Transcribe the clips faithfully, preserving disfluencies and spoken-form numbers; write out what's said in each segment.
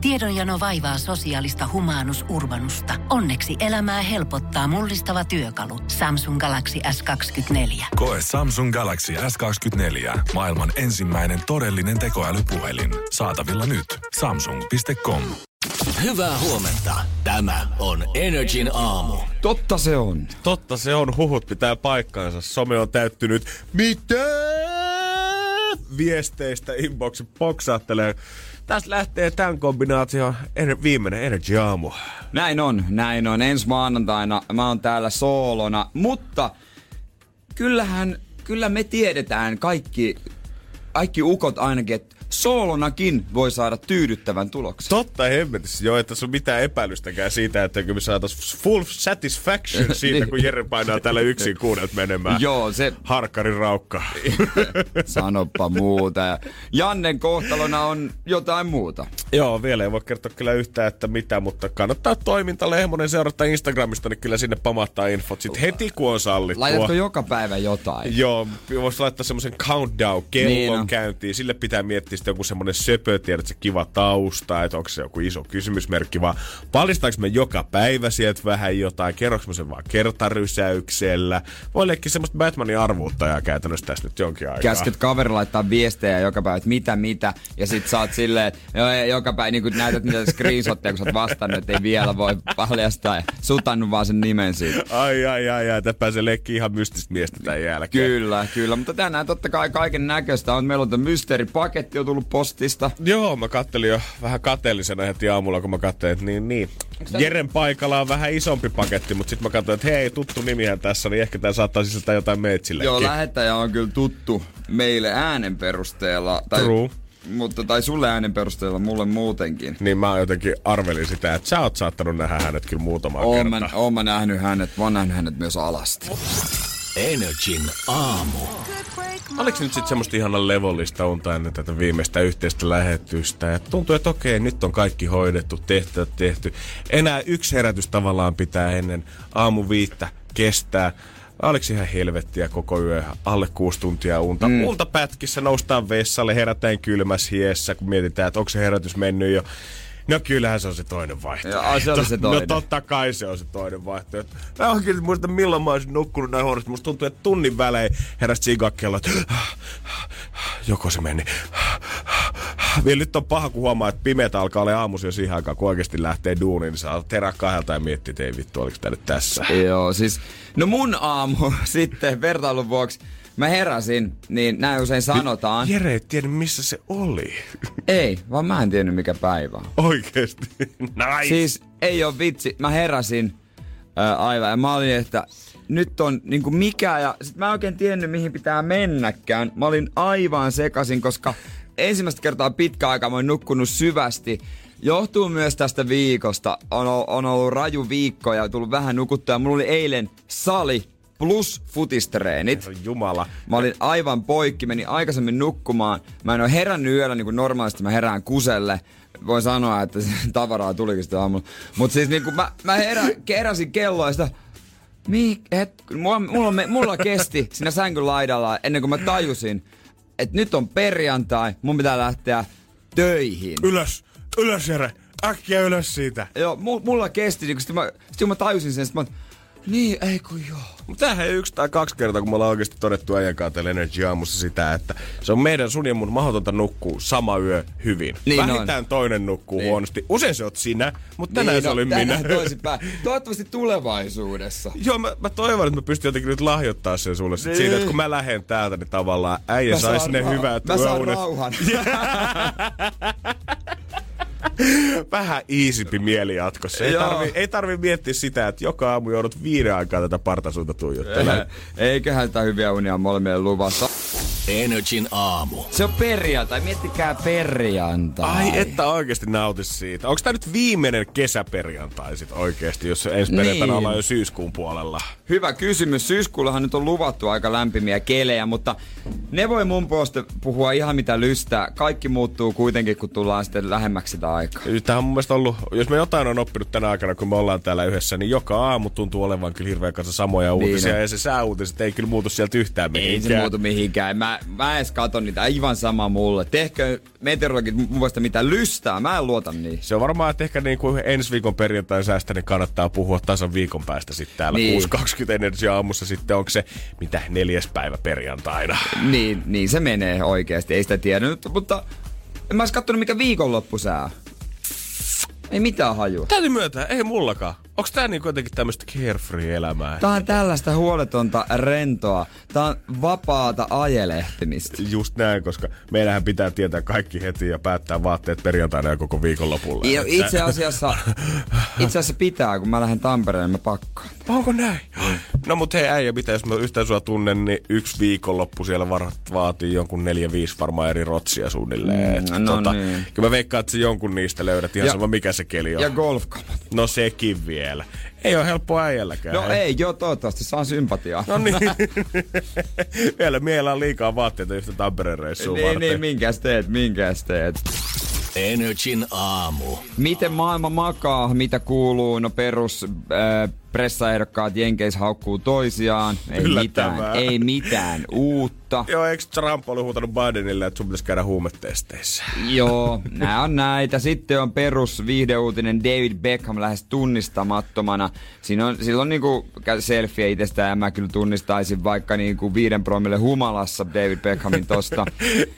Tiedonjano vaivaa sosiaalista humanus urbanusta. Onneksi elämää helpottaa mullistava työkalu. Samsung Galaxy S kaksikymmentäneljä. Koe Samsung Galaxy S kaksikymmentäneljä. Maailman ensimmäinen todellinen tekoälypuhelin. Saatavilla nyt. Samsung piste com. Hyvää huomenta. Tämä on Energin aamu. Totta se on. Totta se on. Huhut pitää paikkaansa. Some on täyttynyt. Mitä? Viesteistä inboxin poksaattelee. Tästä lähtee tämän kombinaation ener- viimeinen Energy-aamu. Näin on, näin on. Ensi maanantaina mä oon täällä soolona, mutta kyllähän, kyllä me tiedetään kaikki, kaikki ukot ainakin, että soolonakin voi saada tyydyttävän tuloksen. Totta hemmetissä jo, että sun mitään epäilystäkään siitä, että me saatais full satisfaction siitä, kun Jere painaa täällä yksin kuudet menemään. Joo, se... Harkkarin raukka. Sanoppa muuta. Ja Jannen kohtalona on jotain muuta. Joo, vielä ei voi kertoa kyllä yhtään, että mitä, mutta kannattaa Toiminta Lehmonen seurata Instagramista, niin kyllä sinne pamahtaa infot sit heti, kun on sallittua. Laitatko joka päivä jotain? Joo, voisi laittaa semmoisen countdown-kellon niin käyntiin. Sille pitää miettiä sitten joku semmoinen söpö, tiedät, se kiva tausta, että onko se joku iso kysymysmerkki, vaan paljastaanko me joka päivä sieltä vähän jotain, kerroks mä sen vaan kertarysäyksellä. Voi leikkiä semmoista Batmanin arvuuttajaa käytännössä tässä nyt jonkin aikaa. Käsket kaveri laittaa viestejä joka päivä, että mitä mitä, ja sit sä oot silleen, että joka päivä niin kun näytät niitä screenshotteja, kun sä oot vastannut, että ei vielä voi paljastaa, ja sutannut vaan sen nimen siitä. Ai ai ai ai, täpä se leikki ihan mystistä miestä tämän jälkeen. Kyllä, kyllä, mutta tänään totta kai kaiken näköistä on. Meillä on tämä mysteeripaketti on tullut postista. Joo, mä kattelin jo vähän kateellisena heti aamulla, kun mä katselin, että niin, niin. Jeren paikalla on vähän isompi paketti, mutta sit mä katsoin, että hei, tuttu nimihän tässä, niin ehkä tää saattaa sisältää jotain meitsillekin. Joo, lähettäjä on kyllä tuttu meille äänen perusteella. Tai, True. Mutta, tai sulle äänen perusteella, mulle muutenkin. Niin mä jotenkin arvelin sitä, että sä oot saattanut nähdä hänet kyllä muutamaan oon kertaa. Mä, oon mä nähnyt hänet, mä oon nähnyt hänet myös alasti. Energin aamu. Oliko nyt sitten semmoista ihanan levollista unta ennen tätä viimeistä yhteistä lähetystä? Ja tuntuu, että okei, nyt on kaikki hoidettu, tehty tehty. Enää yksi herätys tavallaan pitää ennen aamu viittä kestää. Oliko ihan helvettiä koko yö, alle kuusi tuntia unta. Mm. Unta pätkissä, noustaan vessalle, herätään kylmässä hiessä, kun mietitään, että onko se herätys mennyt jo. No kyllähän se on se toinen vaihtoehto. Joo, se on se toinen. No totta kai se on se toinen vaihtoehto. Mä oikein muistan, milloin mä olisin nukkunut näin huonosti. Musta tuntuu, että tunnin välein heräsi sigakkello, että joko se meni. Vielä nyt on paha, kun huomaa, että pimeätä alkaa olla aamuisin jo siihen aikaan, kun oikeasti lähtee duuniin, niin saa terää kahdelta ja miettiä, että ei vittu, oliko tää nyt tässä. Joo, siis no mun aamu sitten vertailun vuoksi. Mä heräsin, niin näin usein sanotaan. Jere ei tiedä, missä se oli. Ei, vaan mä en tiennyt mikä päivä on. Oikeesti? Nice. Siis ei oo vitsi. Mä heräsin ää, aivan ja mä olin, että nyt on niinku mikä ja sit mä en oikein tiennyt mihin pitää mennäkään. Mä olin aivan sekasin, koska ensimmäistä kertaa pitkä aikaa mä oon nukkunut syvästi. Johtuu myös tästä viikosta. On, on ollut raju viikko ja tullut vähän nukuttua. Mulla oli eilen sali plus futistreenit. Jumala. Mä olin aivan poikki, menin aikaisemmin nukkumaan. Mä en ole herännyt yöllä niin kuin normaalisti mä herään kuselle. Voin sanoa, että tavaraa tulikin sitä aamulla. Mut siis niin kuin mä, mä herä, keräsin kelloa ja sitä... Mik, et, mulla, mulla, mulla kesti siinä sängyn laidalla ennen kuin mä tajusin, että nyt on perjantai, mun pitää lähteä töihin. Ylös, ylös Jere, äkkiä ylös siitä. Joo, mulla kesti, niin kun mä, sit kun mä tajusin sen, sit mä niin, ei kun joo. Mutta tämähän ei yksi tai kaksi kertaa, kun me ollaan oikeasti todettu äijän kanssa täällä Energy-aamussa sitä, että se on meidän sun ja mun mahdotonta nukkuu sama yö hyvin. Niin vähintään on. Toinen nukkuu niin. huonosti. Usein se oot sinä, mutta tänään niin, se no, oli tänään minä. toisinpäin. Toivottavasti tulevaisuudessa. Joo, mä, mä toivon, että mä pystyn jotenkin nyt lahjoittaa sen sulle niin. siitä, että kun mä lähden täältä, niin tavallaan äijä saisi ne ra- hyvät Mä saan yöunet. rauhan. Vähän easypi mieli jatkossa. Ei tarvi, ei tarvi miettiä sitä, että joka aamu joudut viiden aikaa tätä partasuunta tuijottelemaan. Eiköhän sitä hyviä unia molemmille luvassa. Energin aamu. Se on perjantai, miettikää perjantai. Ai, että oikeesti nautis siitä. Onko tää nyt viimeinen kesäperjantai sit oikeesti, jos ensi niin. perjantaina ollaan jo syyskuun puolella? Hyvä kysymys. Syyskuullahan nyt on luvattu aika lämpimiä kelejä, mutta ne voi mun puolesta puhua ihan mitä lystää. Kaikki muuttuu kuitenkin, kun tullaan sitten lähemmäksi sitä aikaa. Tämä on mun mielestä ollut, jos me jotain on oppinut tänä aikana, kun me ollaan täällä yhdessä, niin joka aamu tuntuu olevan kyllä hirveän kanssa samoja uutisia. Niin, ja se sääuutiset ei kyllä muutu sieltä yhtään mihinkään. Ei se muutu mihinkään. Mä mä, mä edes katon niitä, aivan sama mulle. Tehkö meteorologit mun mielestä mitä lystää, mä en luota niihin. Se on varmaan, että ehkä niin kuin ensi viikon perjantain säästä, niin kannattaa puhua tasan viikon päästä sitten täällä niin. kuusi kaksikymmentä Energy aamussa sitten, onko se mitä neljäs päivä perjantaina. Niin, niin se menee oikeasti, ei sitä tiedä nyt, mutta en mä ois kattonut mikä viikonloppusää. Ei mitään hajua. Täytyy myöntää, ei mullakaan. Onks tää niin kuitenkin tämmöstä carefree-elämää? Tää on tällaista huoletonta rentoa. Tää on vapaata ajelehtimistä. Just näin, koska meillähän pitää tietää kaikki heti ja päättää vaatteet perjantaina ja koko viikonlopulla. Ja itse asiassa, itse asiassa pitää, kun mä lähden Tampereen, mä pakkaan. Onko näin? No mut hei äijä, mitä jos mä yhtään sua tunnen, niin yksi viikonloppu siellä var- vaatii jonkun neljä viisi varmaan eri rotsia suunnilleen. Mm, no tota, niin. Kyllä mä veikkaan, että se jonkun niistä löydät ihan ja, sama mikä se keli on. Ja golfkamat. No sekin vielä. Ei ole helppoa äijälläkään. No hei. ei, joo, toivottavasti saan sympatiaa. No niin. Vielä miehellä on liikaa vaatteita yhtä Tampereen reissuun niin, varten. niin, minkäs teet, minkäs teet. Energin aamu. Miten maailma makaa, mitä kuuluu? No perus äh, pressaehdokkaat Jenkeissä haukkuu toisiaan. Ei mitään, ei mitään uutta. Joo, eikö Trump ollut huutanut Bidenille, että sun pitäisi käydä huumetesteissä? Joo, nää on näitä. Sitten on perus viihdeuutinen David Beckham lähes tunnistamattomana. Siinä on, sillä on niinku selfie itsestään ja mä kyllä tunnistaisin vaikka niinku viiden promille humalassa David Beckhamin tosta.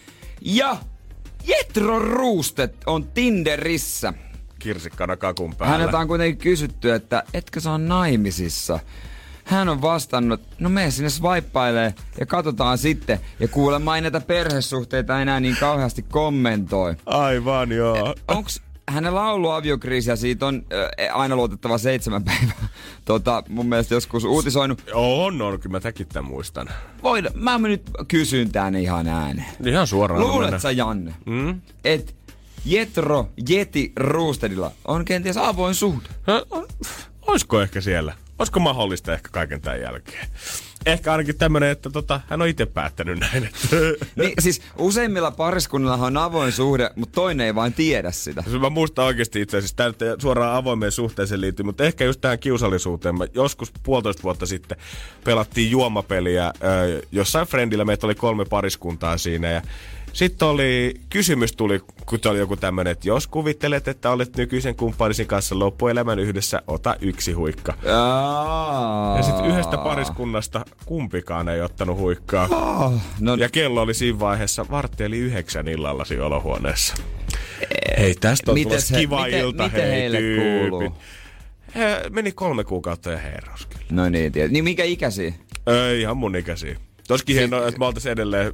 Ja Jethro Roosted on Tinderissä. Kirsikkana kakun päällä. Häneltä on kuitenkin kysytty, että etkö sä on naimisissa? Hän on vastannut, no mene sinne swipeilee ja katsotaan sitten. Ja kuulemma ei näitä perhesuhteita enää niin kauheasti kommentoi. Aivan joo. Onks hänellä on ollut aviokriisi ja siitä on äh, aina luotettava seitsemän päivää. Tota, mun mielestä joskus uutisoinut. On, on, kyllä mä täkin tämän muistan. Voida, mä nyt kysyn tän ihan ääneen. Ihan suoraan. Luulet sä, Janne, mm? että Jethro Yeti Roostedilla on kenties avoin suhde? No, oisko ehkä siellä? Olisiko mahdollista ehkä kaiken tämän jälkeen? Ehkä ainakin tämmönen, että tota, hän on itse päättänyt näin. Että niin, siis useimmilla pariskunnillahan on avoin suhde, mutta toinen ei vain tiedä sitä. Mä muistan oikeasti itse asiassa, tämä nyt suoraan avoimeen suhteeseen liittyy, mutta ehkä just tähän kiusallisuuteen. Mä joskus puolitoista vuotta sitten pelattiin juomapeliä. Jossain friendillä meitä oli kolme pariskuntaa siinä ja sitten oli, kysymys tuli, kun oli joku tämmönen, että jos kuvittelet, että olet nykyisen kumppanisi kanssa loppuelämän yhdessä, ota yksi huikka. Aa. Ja sitten yhdestä pariskunnasta kumpikaan ei ottanut huikkaa. Oh, no. Ja kello oli siinä vaiheessa vartti eli yhdeksän illalla siinä olohuoneessa. Ee, hei, tästä on tulossa kiva miten, ilta, miten hei heille tyypit. Kuuluu? He, meni kolme kuukautta ja herros kyllä. No niin, tiedät. Niin mikä ikäisiä? Ei, ihan mun ikäisiä. Olisikin si- hienoa, että me oltais edelleen,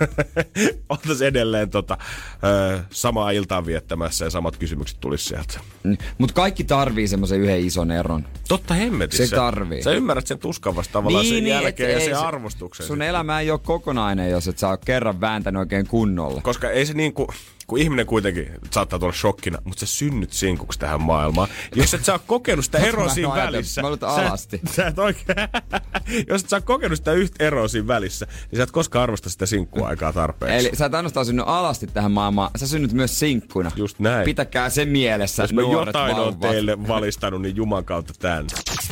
oltais edelleen tota, ö, samaa iltaa viettämässä ja samat kysymykset tulisi sieltä. Mm, mut kaikki tarvii semmoisen yhden ison eron. Totta hemmetissä. Se tarvii. Sä ymmärrät sen tuskan vasta tavallaan niin, sen niin, jälkeen et, ja ei, sen arvostuksen. Sun sitten. elämä ei ole kokonainen, jos et sä ole kerran vääntänyt oikein kunnolla. Koska ei se niinku, kun ihminen kuitenkin saattaa tulla shokkina, mutta sä synnyt sinkuksi tähän maailmaan. Jos et sä ole kokenut sitä eroa siinä välissä. Mä olet alasti. Sä, sä et oikein, jos et sä ole kokenut sitä yhtä eroa siinä välissä, niin sä et koskaan arvosta sitä sinkkuaikaa tarpeeksi. Eli sä et ainoastaan synny alasti tähän maailmaan, sä synnyt myös sinkkuna. Just näin. Pitäkää se mielessä, jos mä nuoret jotain vauvat. on teille valistanut, niin Juman kautta tän.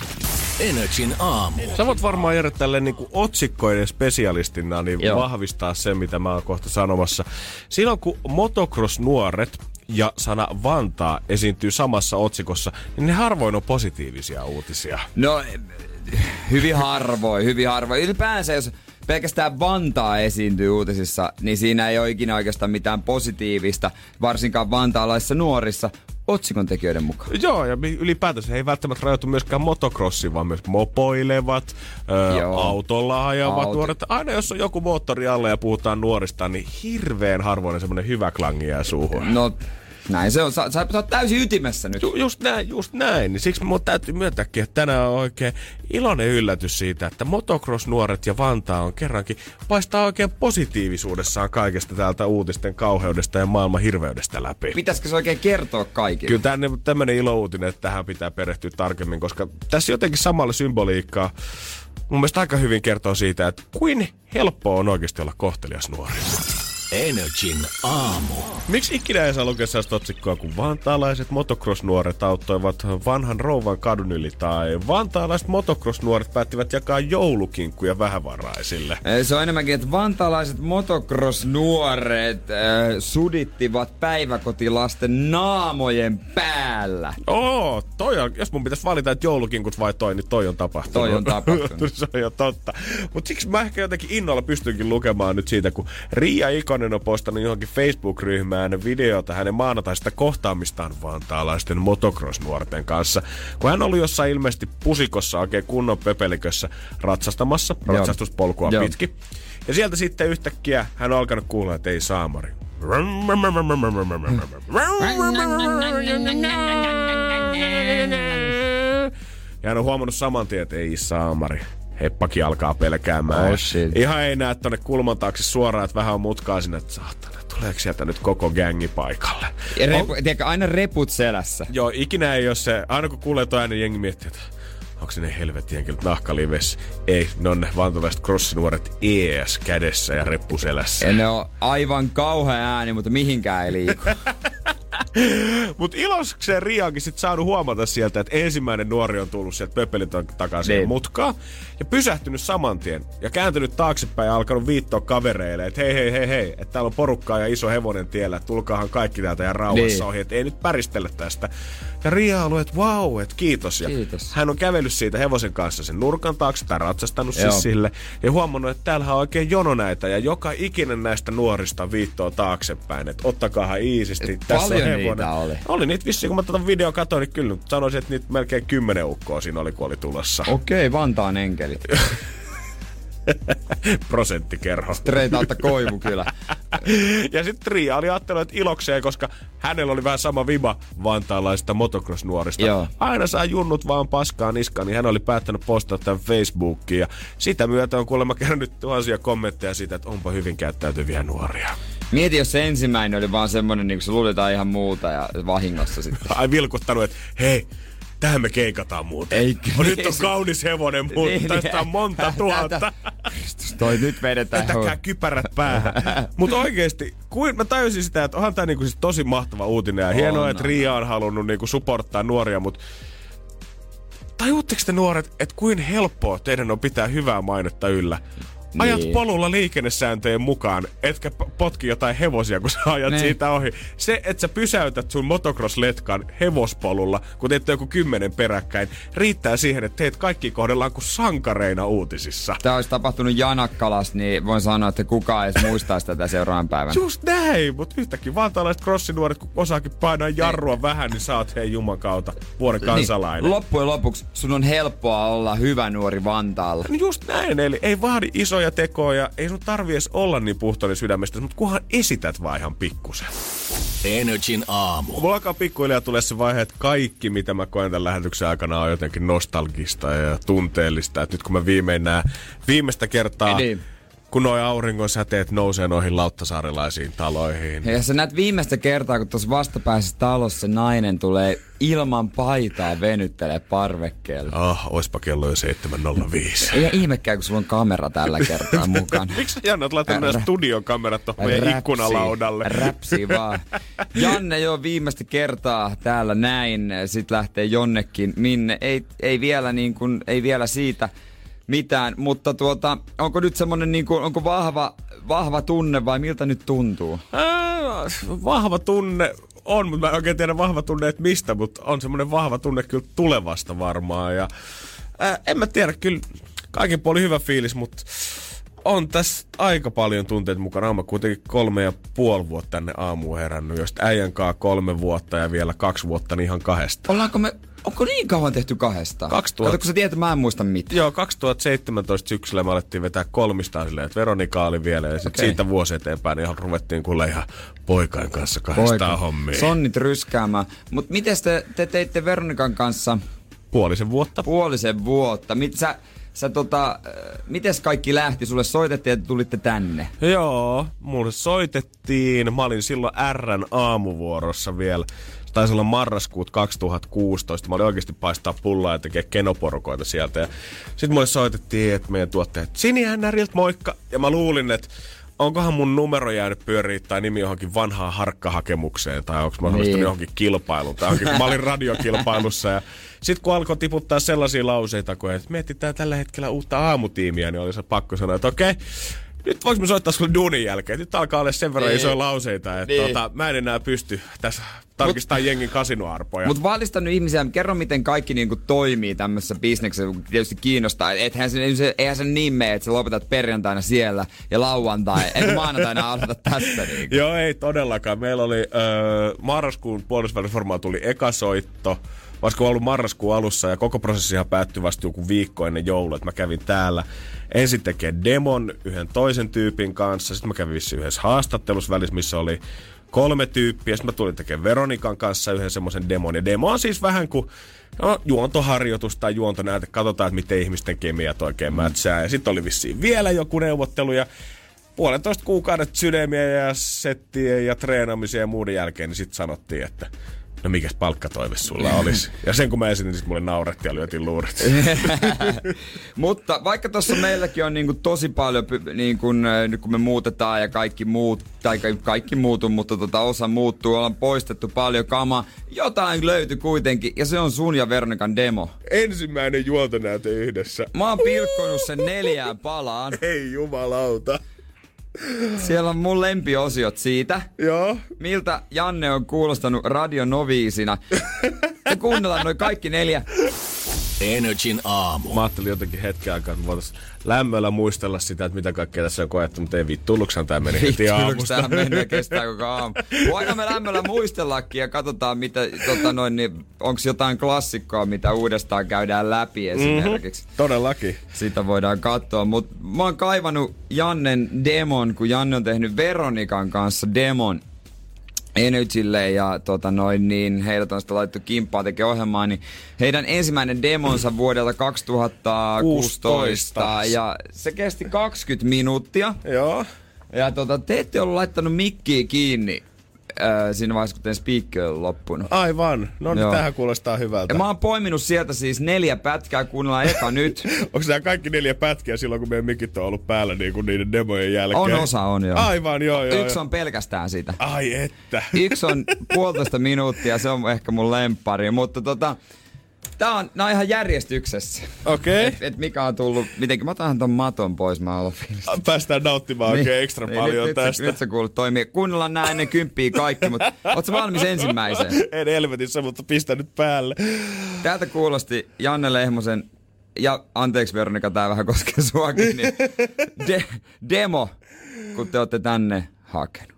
Energin aamu. Sä voit varmaan Jere tälleen niin kuin otsikkoiden spesialistina niin Joo. vahvistaa sen, mitä mä oon kohta sanomassa. Silloin kun motocross-nuoret ja sana Vantaa esiintyy samassa otsikossa, niin ne harvoin on positiivisia uutisia. No, hyvin harvoin, hyvin harvoin. Ylipäänsä, jos pelkästään Vantaa esiintyy uutisissa, niin siinä ei ole ikinä oikeastaan mitään positiivista, varsinkaan vantaalaisissa nuorissa, otsikon tekijöiden mukaan. Joo, ja ylipäätänsä he ei välttämättä rajoitu myöskään motocrossiin, vaan myös mopoilevat, ö, autolla ajavat Auto. nuoret. Aina jos on joku moottori alla ja puhutaan nuorista, niin hirveän harvoin semmoinen hyvä klangi jää suuhun. No, näin se on. Sä, sä, sä oot täysin ytimessä nyt. Ju, just näin, just näin. Siksi mun täytyy myöntääkin, että tänään on oikein iloinen yllätys siitä, että motocross-nuoret ja Vantaa on kerrankin paistaa oikein positiivisuudessaan kaikesta täältä uutisten kauheudesta ja maailman hirveydestä läpi. Pitäisikö se oikein kertoa kaikille? Kyllä tänne, tämmönen ilouutinen, että tähän pitää perehtyä tarkemmin, koska tässä jotenkin samalla symboliikkaa mun mielestä aika hyvin kertoo siitä, että kuin helppoa on oikeasti olla kohtelias nuori. Energin aamu. Miksi ikinä ei saa lukea sellaista otsikkoa, kun vantaalaiset motocross-nuoret auttoivat vanhan rouvan kadun yli, tai vantaalaiset motocross-nuoret päättivät jakaa joulukinkkuja vähävaraisille? Se on enemmänkin, että vantaalaiset motocross-nuoret äh, sudittivat päiväkotilasten naamojen päällä. Oo, toi on, jos mun pitäisi valita, että joulukinkut vai toi, niin toi on tapahtunut. Toi on tapahtunut. Se on jo totta. Mutta siksi mä ehkä jotenkin innolla pystynkin lukemaan nyt siitä, kun Riia Ikonen on postannut johonkin Facebook-ryhmään videota hänen maanantaisesta kohtaamistaan vantaalaisten motocross-nuorten kanssa. Kun hän oli jossain ilmeisesti pusikossa oikein kunnon pöpelikössä ratsastamassa, Joo. ratsastuspolkua Joo. pitkin. Ja sieltä sitten yhtäkkiä hän on alkanut kuulla, että ei saamari. Ja hän on huomannut saman tien, että ei saamari. Heppakin alkaa pelkäämään. Oh, ihan ei näe tonne kulman taakse suoraan, että vähän on mutkaa sinne, että saatana, tuleeko sieltä nyt koko gängi paikalle? Ja repu, on, tiedätkö, aina reput selässä. Joo, ikinä ei ole se, aina kun kuulee toi äänen, jengi miettii, että onko se ne helvetin henkilöt nahkalivessä? Ei, ne on ne vantaalaiset crossinuoret E S kädessä ja reppu selässä. Ja ne on aivan kauhea ääni, mutta mihinkään ei liiku. Mut ilokseen Ria onkin sit saanut huomata sieltä, että ensimmäinen nuori on tullut sieltä pöpelin takaa siihen mutkaan ja pysähtynyt saman tien ja kääntynyt taaksepäin ja alkanut viittoa kavereille, että hei hei hei hei, että täällä on porukkaa ja iso hevonen tiellä, että tulkaahan kaikki täältä ja rauhassa niin. ohi, että ei nyt päristellä tästä. Ja Ria on ollut, että vau, että kiitos. Ja kiitos. Hän on kävellyt siitä hevosen kanssa sen nurkan taakse tai ratsastanut siis sille ja huomannut, että täällähän on oikein jono näitä ja joka ikinen näistä nuorista viittoo taaksepäin, että ottakaahan iisisti. Tässä on hevonen. Oli. oli niitä vissiin, kun mä tätä videoa katsoin, niin kyllä sanoisin, että niitä melkein kymmenen ukkoa siinä oli, kun oli tulossa. Okei, okay, Vantaan enkelit. Prosenttikerho. Straight alta Koivukylä. Ja sitten Ria oli ajatellut, että ilokseen, koska hänellä oli vähän sama viba vantaalaisista motocross-nuorista. Joo. Aina saa junnut vaan paskaa niskaan, niin hän oli päättänyt postata tämän Facebookiin. Ja sitä myötä on kuulemma kerännyt tuhansia kommentteja siitä, että onpa hyvin käyttäytyviä nuoria. Mieti, jos se ensimmäinen oli vaan semmonen, niin kun se luuletaan ihan muuta ja vahingossa sitten. Ai vilkuttanut, että hei, tähän me keikataan muuten. Ei, on, nyt on kaunis hevonen, mutta niin, tästä on monta tuhatta. Kristus, toi nyt vedetään. Vetäkää kypärät päähän. Mutta oikeesti, kuin mä tajusin sitä, että onhan tää niinku siis tosi mahtava uutinen. Ja on, hienoa, että Ria on halunnut niinku supporttaa nuoria, mutta tajuutteko te nuoret, että kuin helppoa teidän on pitää hyvää mainetta yllä? Ajat niin. polulla liikennesääntöjen mukaan, etkä potki jotain hevosia, kun sä ajat niin. siitä ohi. Se, että sä pysäytät sun motocross-letkan hevospolulla, kun teet joku kymmenen peräkkäin, riittää siihen, että teet kaikki kohdellaan kuin sankareina uutisissa. Tämä olisi tapahtunut Janakkalas, niin voin sanoa, että kukaan ei muistaisi tätä seuraavan päivän. Just näin, mutta yhtäkkiä vantaalaiset crossinuoret, kun osaakin painaa jarrua niin. vähän, niin sä oot hei juman kautta vuoden kansalainen. Niin. Loppujen lopuksi sun on helppoa olla hyvä nuori Vantaalla. Just näin, eli ei vaadi isoja tekoja, ei sun tarvi edes olla niin puhtoinen sydämestä, mutta kunhan esität vaan ihan pikkusen. Energin aamu. Mulla alkaa pikkuhiljaa tulee se vaihe, että kaikki mitä mä koen tämän lähetyksen aikana on jotenkin nostalgista ja tunteellista. Et nyt kun mä viimein näen viimeistä kertaa, niin. kun noi auringon säteet nousee noihin lauttasaarelaisiin taloihin. Ja sä näet viimeistä kertaa, kun tuossa vastapäässä talossa nainen tulee ilman paitaa venyttelee parvekkeella. Ah, oh, oispa kello jo seitsemän nolla viisi. Ei ihmekään, kun sulla on kamera tällä kertaa mukana. Miksi Janne oot laittanut nämä studion kamerat tuohon meidän ikkunalaudalle? Räpsii vaan. Janne jo viimeistä kertaa täällä näin. Sitten lähtee jonnekin minne. Ei, ei, vielä, niin kuin, ei vielä siitä mitään, mutta tuota, onko nyt semmonen niinku, onko vahva, vahva tunne vai miltä nyt tuntuu? Äh, vahva tunne on, mutta mä en oikein tiedä vahva tunne, että mistä, mutta on semmonen vahva tunne kyllä tulevasta varmaan. Ja, äh, en mä tiedä, kyllä kaikin puolin hyvä fiilis, mutta on tässä aika paljon tunteita mukana. Olen kuitenkin kolme ja puoli vuotta tänne aamuun herännyt, josta äijän kaa kolme vuotta ja vielä kaksi vuotta niin ihan kahdesta. Ollaanko me... Onko niin kauan tehty kahdestaan? kaksituhatta Kato, kun sä tiedät, mä en muista mitään. Joo, kaksituhattaseitsemäntoista syksyllä me alettiin vetää kolmistaan silleen, että Veronika oli vielä. Ja sitten okay. siitä vuosi eteenpäin niin ruvettiin kuule ihan poikain kanssa kahdestaan hommiin. Sonnit ryskäämään. Mut miten te, te teitte Veronikan kanssa? Puolisen vuotta. Puolisen vuotta. Mit, sä, sä tota, mites kaikki lähti? Sulle soitettiin, että tulitte tänne? Joo, mulle soitettiin. Mä olin silloin R:n aamuvuorossa vielä. Taisi olla marraskuut kaksituhattakuusitoista. Mä olin oikeasti paistaa pullaa ja tekee kenoporukoita sieltä. Ja sit mulle soitettiin, että meidän tuottajat Sinihännäriltä moikka. Ja mä luulin, että onkohan mun numero jäänyt pyöriä tai nimi johonkin vanhaan harkkahakemukseen tai onko mä niin. osallistunut johonkin kilpailuun tai johonkin, mä olin radiokilpailussa ja sit kun alkoi tiputtaa sellaisia lauseita, kun että mietitään tällä hetkellä uutta aamutiimiä, niin oli se pakko sanoa, että okei, okay, nyt voiko mä soittaa sulle duunin jälkeen? Nyt alkaa olla sen verran niin. isoja lauseita, että niin. tota, mä en enää pysty tässä tarkistaa mut, jengin kasinoarpoja. Mutta valistanut ihmisiä, kerro miten kaikki niinku toimii tämmöisessä bisneksessä, kun tietysti kiinnostaa. Eihän se, eihän se niin mene, että sä lopetat perjantaina siellä ja lauantai, eikä maanantaina aloita tästä. Niinku. Joo, ei todellakaan. Meillä oli öö, marraskuun puolesväliformaa tuli eka soitto. Olisiko ollut marraskuun alussa ja koko prosessihan päättyi vasta joku viikko ennen joulua, että mä kävin täällä ensin tekemään demon yhden toisen tyypin kanssa, sitten mä kävin vissiin yhdessä haastattelussa välissä, missä oli kolme tyyppiä, sitten mä tulin tekemään Veronikan kanssa yhden semmoisen demon, ja demo on siis vähän kuin no, juontoharjoitus tai juontonäyte, katsotaan, että miten ihmisten kemiat oikein mätsää, ja sitten oli vissiin vielä joku neuvottelu, ja puolentoista kuukaudet sydämiä ja settiä ja treenaamisia ja muuden jälkeen, niin sitten sanottiin, että no mikäs palkkatoive sulla olisi? Ja sen kun mä esitin, niin sit mulle naurettiin ja lyötiin luuret. Mutta vaikka tuossa meilläkin on niinku tosi paljon, niinku, nyt kun me muutetaan ja kaikki muut, tai kaikki muutu, mutta tota osa muuttuu, ollaan poistettu paljon kamaa. Jotain löytyi kuitenkin, ja se on sun ja Veronikan demo. Ensimmäinen juontonäyte yhdessä. Mä oon pilkkonut sen neljään palaan. Ei jumalauta. Siellä on mun lempiosiot siitä. Joo. Miltä Janne on kuulostanut radionoviisina. Ja kuunnellaan noin kaikki neljä. Energin aamu. Mä ajattelin jotenkin hetken aikaa, että voitais lämmöllä muistella sitä, että mitä kaikkea tässä on koettu, mutta ei vittu, tulluksaan tää meni heti aamusta. Vittu, tää mennä kestää koko aamu. Voidaan me lämmöllä muistellakin ja katsotaan, mitä, tota noin, niin, onko jotain klassikkoa, mitä uudestaan käydään läpi esimerkiksi. Mm-hmm, todellakin. Sitä voidaan katsoa, mutta mä oon kaivannut Jannen demon, kun Janne on tehnyt Veronikan kanssa demon Energylle ja tota noin, niin heidät on sitten laittu kimppaa tekemään ohjelmaa, niin heidän ensimmäinen demonsa vuodelta kaksituhattakuusitoista ja se kesti kaksikymmentä minuuttia. Joo. Ja tota, te ette ollut laittanut mikkiä kiinni äh, siinä vaiheessa, kun teidän speaker on loppunut. Aivan. No niin, tämähän kuulostaa hyvältä. Ja mä oon poiminut sieltä siis neljä pätkää, kuunnellaan eka nyt. Onko nämä kaikki neljä pätkiä silloin, kun meidän mikit on ollut päällä niin kuin niiden demojen jälkeen? On osa, on joo. Aivan, joo, joo. Yksi on pelkästään sitä. Ai että. Yksi on puolitoista minuuttia, se on ehkä mun lemppari, mutta tota... Tää on, nää on ihan järjestyksessä. Okei. Okay. Et, et mikä on tullut, mitenkin mä otan ton maton pois, mä aloin fiilistä. Päästään nauttimaan oikein niin, ekstra niin, paljon nyt, tästä. Nyt, nyt se kuulut toimii. Kuunnellaan nää ennen kymppiä kaikki, mutta oot sä valmis ensimmäiseen? En helvetissä, mutta pistä nyt päälle. Täältä kuulosti Janne Lehmosen, ja anteeksi Veronika, tää vähän koskee suakin, niin de, demo, kun te ootte tänne hakenut.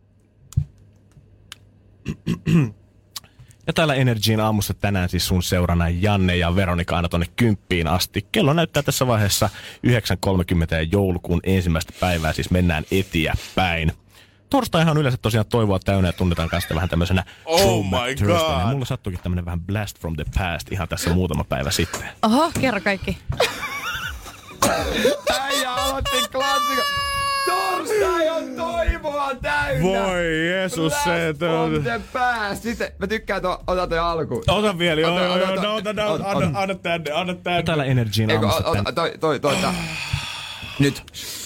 Ja täällä Energin aamussa tänään siis sun seurana Janne ja Veronika aina tonne kymppiin asti. Kello näyttää tässä vaiheessa yhdeksän kolmekymmentä ja joulukuun ensimmäistä päivää, siis mennään eteenpäin. Torstaihan on yleensä tosiaan toivoa täynnä ja tunnetaan kanssa vähän tämmöisenä oh my god. Mulla sattuikin tämmönen vähän blast from the past ihan tässä muutama päivä sitten. Oho, kerro kaikki. Äijä aloitti klassikon. Torstai on toivoa täynnä. Voi Jeesus se. On the past. Sitten mä tykkään tuon, ota toi alkuun. Ota vielä, joo, joo, joo, no, ota, anna, anna tänne, anna tänne. Ja täällä Energin aamussa tänne. Toi, toi, toi, toi, nyt.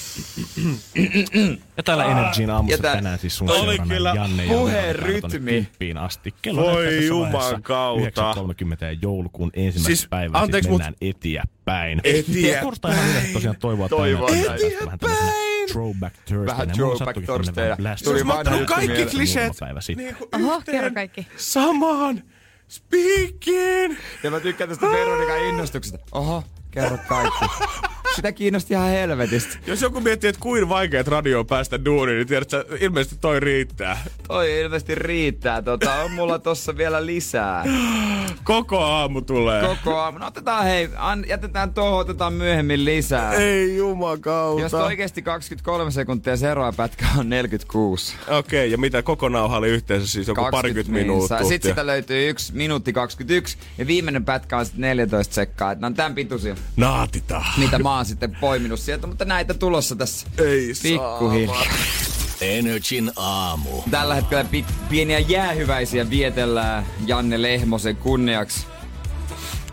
Ja täällä Energin aamussa tää, tänään siis sun seurana Janne ja puherytmi kymppiin asti. Kello voi juman kautta. yhdeksän kolmekymmentä ja joulukuun ensimmäistä siis, päivää anteeksi, siis mennään mut... eteenpäin. Eteenpäin. Torstaihan yleensä tosiaan toivoa toivoa eteenpäin. Throwback Thursday. Vähän throwback Thursday. Tuli vaan kaikki kliseet. Oho, kerro kaikki. Samaan. Speaking. Ja mä tykkään tästä Veronikan innostuksesta. Oho, kerro kaikki. Sitä kiinnosti ihan helvetistä. Jos joku miettii, että kuin vaikeet radioon päästä duuniin, niin tiedät, että ilmeisesti toi riittää. Toi ilmeisesti riittää. Tota, on mulla tossa vielä lisää. Koko aamu tulee. Koko aamu. No otetaan hei, an, jätetään tohon, otetaan myöhemmin lisää. Ei jumakauta. Jos oikeesti kaksikymmentäkolme sekuntia, se eroa pätkä on neljäkymmentäkuusi. Okei, okay, ja mitä koko nauha oli yhteensä siis joku parikymmentä minuuttia? Sitten sitä löytyy yksi minuutti kaksikymmentäyksi ja viimeinen pätkä on sitten neljätoista sekkaa. Että ne on tän pituisia. Naatitaan. Mitä mä oon sitten poiminut sieltä, mutta näitä tulossa tässä. Ei pikkuhiljaa. Energin aamu. Tällä hetkellä pi- pieniä jäähyväisiä vietellään Janne Lehmosen kunniaksi.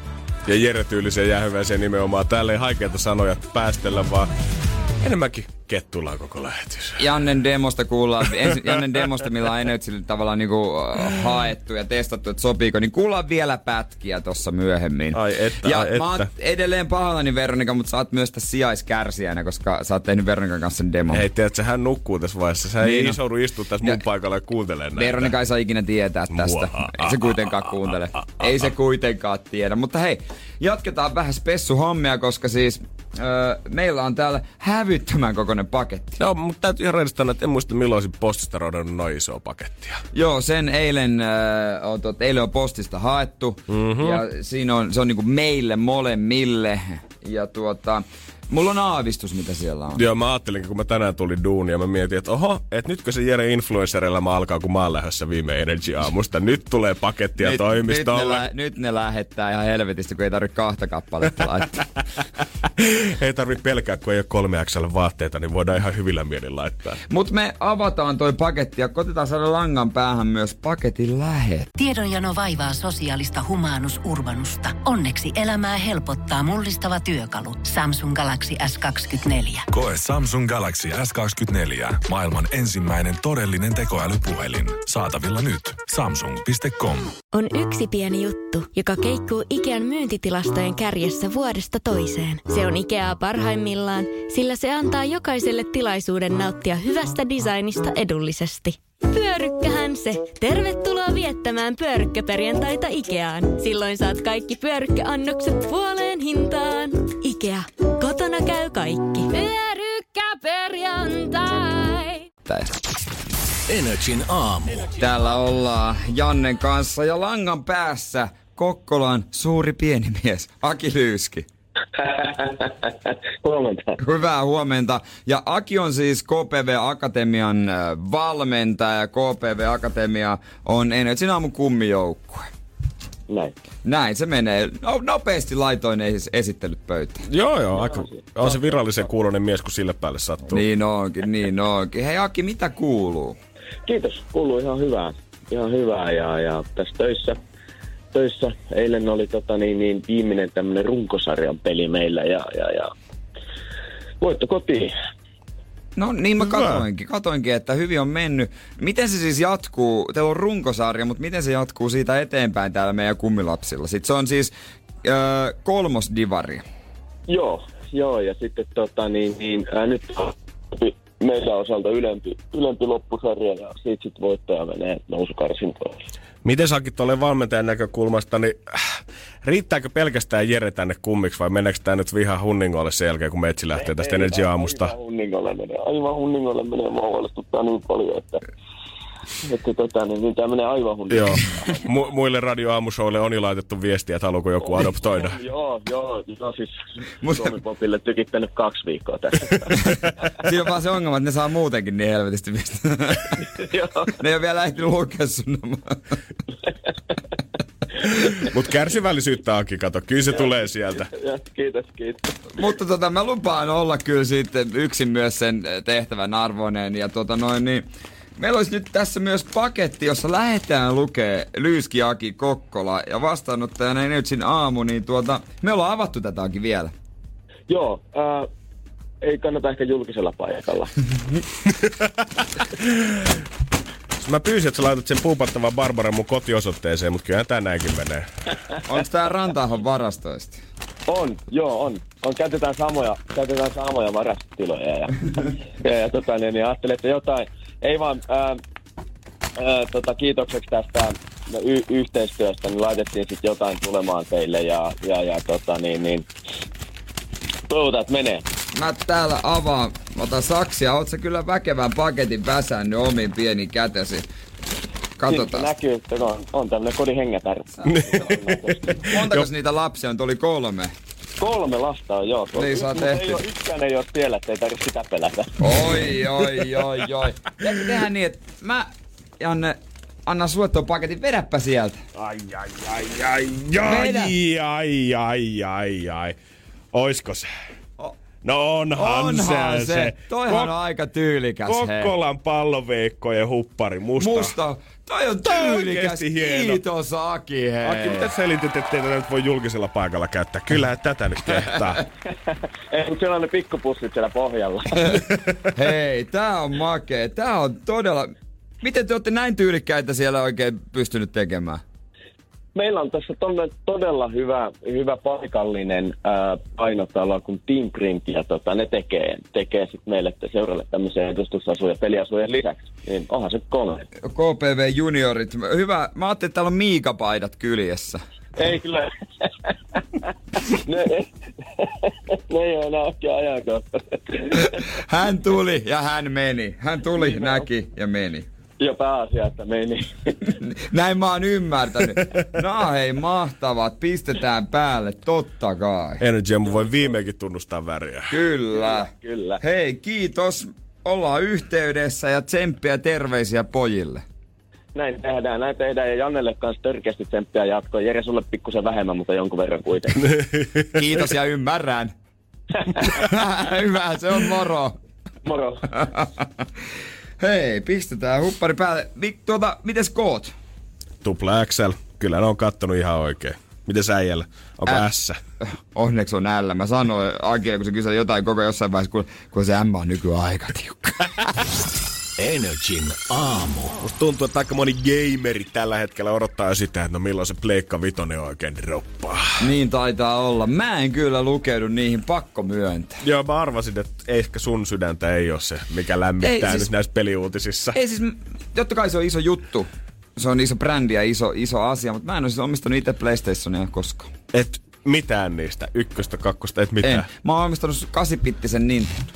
Ja Jere-tyylisiä jäähyväisiä nimenomaan. Täällä ei haikeita sanoja päästellä, vaan enemmänkin kettuillaan koko lähetys. Jannen demosta kuullaan, ensin Jannen demosta, millä on Energylle tavallaan niinku uh, haettu ja testattu, että sopiiko, niin kuullaan vielä pätkiä tossa myöhemmin. Ai että, ja ai mä oon että. edelleen pahoillani Veronika, mutta sä oot myös tässä sijaiskärsijänä, koska sä oot tehnyt Veronikan kanssa sen demon. Hei, tiedätkö, hän nukkuu tässä vaiheessa. Sä niin ei no. isoudu istua tässä mun paikalla ja kuuntele näitä. Veronika ei saa ikinä tietää tästä. Ei se kuitenkaan kuuntele. Ei se kuitenkaan tiedä. Mutta hei, jatketaan vähän spessuhommia, koska siis öö, meillä on täällä hävyttömän kokoinen paketti. Joo, mutta täytyy ihan rehdistää, että en muista milloin olisin postista rodannut noin isoa pakettia. Joo, sen eilen, öö, on, tot, eilen on postista haettu. Mm-hmm. Ja siinä on, se on niinku meille molemmille. Ja tuota... Mulla on aavistus, mitä siellä on. Joo, mä ajattelin, kun mä tänään tulin duunia, mä mietin, että oho, että nytkö se Jere influencerilla alkaa, kun mä oon lähdössä viime Energy-aamusta. Nyt tulee pakettia nyt, toimistolle. Nyt ne, lä- nyt ne lähettää ihan helvetistä, kun ei tarvitse kahta kappaletta laittaa. Ei tarvitse pelkää, kun ei ole kolme X L vaatteita, niin voidaan ihan hyvillä mielin laittaa. Mut me avataan toi paketti ja koitetaan saada langan päähän myös paketin lähet. Tiedonjano vaivaa sosiaalista humanus urbanusta. Onneksi elämää helpottaa mullistava työkalu. Samsung Galaxy S kaksikymmentäneljä. Koe Samsung Galaxy S kaksikymmentäneljä. Maailman ensimmäinen todellinen tekoälypuhelin. Saatavilla nyt. Samsung piste com. On yksi pieni juttu, joka keikkuu Ikean myyntitilastojen kärjessä vuodesta toiseen. Se on Ikeaa parhaimmillaan, sillä se antaa jokaiselle tilaisuuden nauttia hyvästä designista edullisesti. Pyörykkähän se. Tervetuloa viettämään pyörykkäperjantaita Ikeaan. Silloin saat kaikki pyörykkäannokset puoleen hintaan. Ikea. Kotona käy kaikki. Pyörykkäperjantai. Energin aamu. Täällä ollaan Jannen kanssa ja langan päässä Kokkolan suuri pieni mies, Aki Lyyski. Huomenta. Hyvää huomenta. Ja Aki on siis K P V Akatemian valmentaja. K P V Akatemia on Energin aamun kummijoukkue. Näin. Näin se menee. No, nopeasti laitoin esittelyt pöytään. Joo, joo. Aika, on se virallisen kuuloinen mies, kun sille päälle sattuu. Niin onkin, niin onkin. Hei Aki, mitä kuuluu? Kiitos. Kuuluu ihan hyvää. Ihan hyvää ja, ja tässä töissä. Töissä eilen oli tota, niin, niin, viimeinen tämmönen runkosarjan peli meillä ja, ja, ja voitto kotiin. No niin mä katoinkin, katoinkin, että hyvin on mennyt. Miten se siis jatkuu? Teillä on runkosarja, mutta miten se jatkuu siitä eteenpäin täällä meidän kummilapsilla? Sitten se on siis öö, kolmosdivari. Joo, joo ja sitten tota niin, niin ää, nyt meidän osalta ylempi, ylempi loppusarja ja siitä sitten voittaja menee nousukarsintoihin. Miten säkin tuolle valmentajan näkökulmasta, niin äh, riittääkö pelkästään Jere tänne kummiksi vai meneekö tämä nyt vihan hunningolle sen jälkeen, kun Metsi lähtee tästä Energy-aamusta? Aivan hunningolle menee, aivan hunningolle menee, mua huolestuttaa niin paljon, että, että tota, niin, niin tämä menee aivan hunningolle. Joo, Mu- muille radioaamushowille on jo laitettu viestiä, että haluuko joku adoptoida. Joo, joo, joo, siis Suomi-popille tykittänyt kaksi viikkoa tässä. Siinä on vaan se ongelma, että ne saa muutenkin niin helvetisti viestiä. Ne ei ole vielä ehtinyt lukea sun namaa. Mut kärsivällisyyttä Aki, kato, kyllä se ja, tulee sieltä. Ja, kiitos, kiitos. Mutta tota, mä lupaan olla kyllä sitten yksin myös sen tehtävän arvoinen. Ja tota noin, niin meillä olisi nyt tässä myös paketti, jossa lähdetään lukee Lyyski Aki Kokkola ja vastaanottajana Energin aamu, niin tuota, me ollaan avattu tätäkin vielä. Joo, äh, ei kannata ehkä julkisella paikalla. Mä pyysin, että sä laitat sen puupattavan Barbaran mun kotiosoitteeseen, mutta kyllähän tää näinkin menee. Onko tää Rantaahon varastoista? On, joo on. on käytetään samoja, käytetään samoja varastotiloja ja, ja, ja tota, niin, niin ajattelin, että jotain, ei vaan ää, ää, tota, kiitokseksi tästä y- yhteistyöstä, niin laitettiin sitten jotain tulemaan teille ja, ja, ja tota, niin, niin, toivotaan, että menee. Mä täällä avaan, mä otan saksia, oot sä kyllä väkevän paketin väsännyt omiin pieniin kätesi. Katsotaan. Näkyy, että on, on tämmönen kodin hengätär. Montako niitä lapsia on? Tuli kolme. Kolme lasta on, joo. Niin saa tehty. Ei ole, yksikään ei ole siellä, ettei tarvitse sitä pelätä. Oi, oi, oi, oi. Tehdään tehdään niin, että mä, Janne, annan sulle tuon paketin, vedäpä sieltä. Ai, ai, ai, ai, ai, ai, ai, ai, ai. Oisko se? No onhan, onhan se. se. se. Toihan Kok- on aika tyylikäs. Kokkolan palloveikkojen huppari, musta. Musta. Toi on tyylikäs. Kiitos Aki, hei. Aki, mitä selitit, ettei tätä nyt voi julkisella paikalla käyttää? Kyllähän tätä nyt kehtaa. Ei, mutta siellä on ne pikkupussit siellä pohjalla. Hei, tää on makee. Tää on todella... Miten te olette näin tyylikkäitä siellä oikein pystynyt tekemään? Meillä on tässä todella hyvä, hyvä paikallinen ää, painotalo kuin Team Print, ja tota, ne tekee, tekee sit meille seuralle tämmöisiä edustusasuja peliasujen lisäksi. Niin onhan se kolme. K P V Juniorit. Hyvä. Mä ajattelin, että täällä on Miika-paidat kyljessä. Ei kyllä. ne, ne ei ole enää oikein ajankohtaiset. Hän tuli ja hän meni. Hän tuli, niin näki ja meni. Jo pääasia, että meni. Näin mä oon ymmärtänyt. No hei, mahtavat. Pistetään päälle, totta kai. Energy Aamu voi viimeinkin tunnustaa väriä. Kyllä. Kyllä. Hei, kiitos. Ollaan yhteydessä ja tsemppiä terveisiä pojille. Näin tehdään, näin tehdään. Ja Jannelle kanssa törkeästi tsemppiä jatkoon. Jere, sulle pikkusen vähemmän, mutta jonkun verran kuitenkin. Kiitos ja ymmärrän. Hyvä, se on moro. Moro. Hei, pistetään huppari päälle. Tuota, mites koot? Tupla X L. Kyllä ne on kattonut ihan oikein. Miten äijällä? Onko Ä- S? Onneksi on L. Mä sanoin Akille, kun se kyseli jotain koko jossain vaiheessa, kun, kun se M on nykyään aika tiukka. Energin aamu. Musta tuntuu, että aika moni gameri tällä hetkellä odottaa sitä, että no milloin se Pleikka Vitoinen oikein droppaa. Niin taitaa olla. Mä en kyllä lukeudu niihin, pakko myöntää. Joo, mä arvasin, että ehkä sun sydäntä ei ole se, mikä lämmittää ei, siis, nyt näissä peliuutisissa. Ei siis, totta kai se on iso juttu. Se on iso brändi ja iso, iso asia, mutta mä en ole siis omistanut itse PlayStationia koskaan. Et mitään niistä, ykköstä, kakkosta, et mitään. En. Mä oon omistanut kasipittisen Nintendo.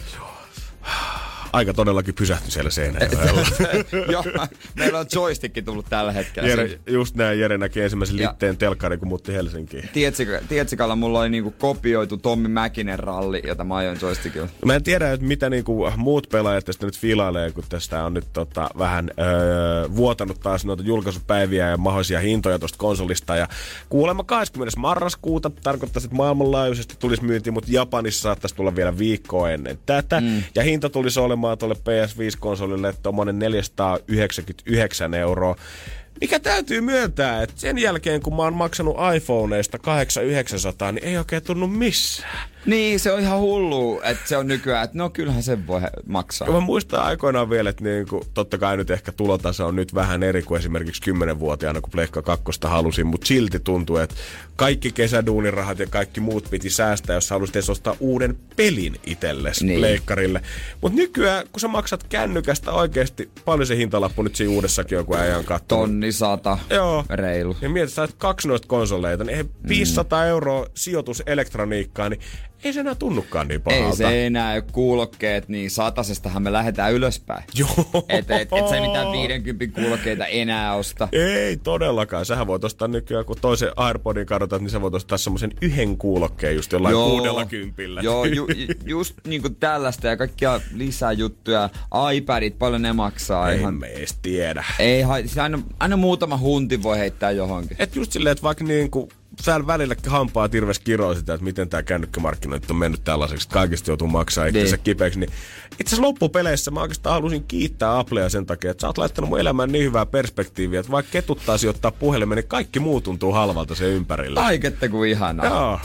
Aika todellakin pysähtyi siellä seinällä. Joo, meillä on joystickki tullut tällä hetkellä. Jere, just näin, Jere näki ensimmäisen litteen telkkari, kun muutti Helsinkiin. Tietsikalla mulla oli niinku kopioitu Tommi Mäkinen ralli, jota mä ajoin joystickilla. Mä en tiedä, että mitä niinku muut pelaajat tästä nyt filailee, kun tästä on nyt tota, vähän öö, vuotanut taas noita julkaisupäiviä ja mahdollisia hintoja tuosta konsolista. Ja kuulemma kahdeskymmenes marraskuuta tarkoittaisi, että maailmanlaajuisesti tulisi myyntiin, mutta Japanissa saattaisi tulla vielä viikkoa ennen tätä. Mm. Ja hinta tulisi olemaan tuolle P S viisi -konsolille tuommoinen neljäsataayhdeksänkymmentäyhdeksän euroa. Mikä täytyy myöntää, että sen jälkeen kun mä oon maksanut iPhoneista kahdeksan yhdeksänsataa, niin ei oikein tunnu missään. Niin, se on ihan hullu, että se on nykyään, että no kyllähän sen voi maksaa. Mä muistan aikoinaan vielä, että niinku, totta kai nyt ehkä tulotaso on nyt vähän eri kuin esimerkiksi kymmenvuotiaana, kun Pleikka kakkosta halusin, mutta silti tuntuu, että kaikki kesäduunirahat ja kaikki muut piti säästää, jos halusit edes ostaa uuden pelin itsellesi niin. Pleikkarille. Mutta nykyään, kun sä maksat kännykästä oikeasti, paljon se hintalappu nyt siinä uudessakin on, kun äijä on kattonut. Tonni sata, joo. Reilu. Ja mietit, sä oot kaksi noista konsoleita, niin eihän viisisataa mm. euroa sijoitus elektroniikkaan, niin ei se enää tunnukaan niin pahalta. Ei se enää ole kuulokkeet, niin satasestahan me lähdetään ylöspäin. Joo. Et, et, et sä mitään viidenkympin kuulokkeita enää osta. Ei todellakaan. Sähän voit ostaa nykyään, kun toisen AirPodin kadotat, niin sä voit ostaa semmoisen yhden kuulokkeen just jollain joo, kuudella kympillä. Joo, ju, just niinku tällaista ja kaikkia lisäjuttuja. iPadit, paljon ne maksaa. Ei ihan... me edes tiedä. Ei, aina, aina muutama hunti voi heittää johonkin. Et just silleen, että vaikka niinku täällä välillä hampaa tirves kiroo sitä, että miten tää kännykkämarkkinointi on mennyt tällaiseksi, että kaikista joutuu maksaa itsensä kipeäksi. Niin itse asiassa loppupeleissä mä oikeastaan halusin kiittää Applea sen takia, että sä oot laittanut mun elämään niin hyvää perspektiiviä, että vaikka ketuttaa sijoittaa puhelimen, niin kaikki muu tuntuu halvalta sen ympärillä. Aikette kuin ihanaa. Joo.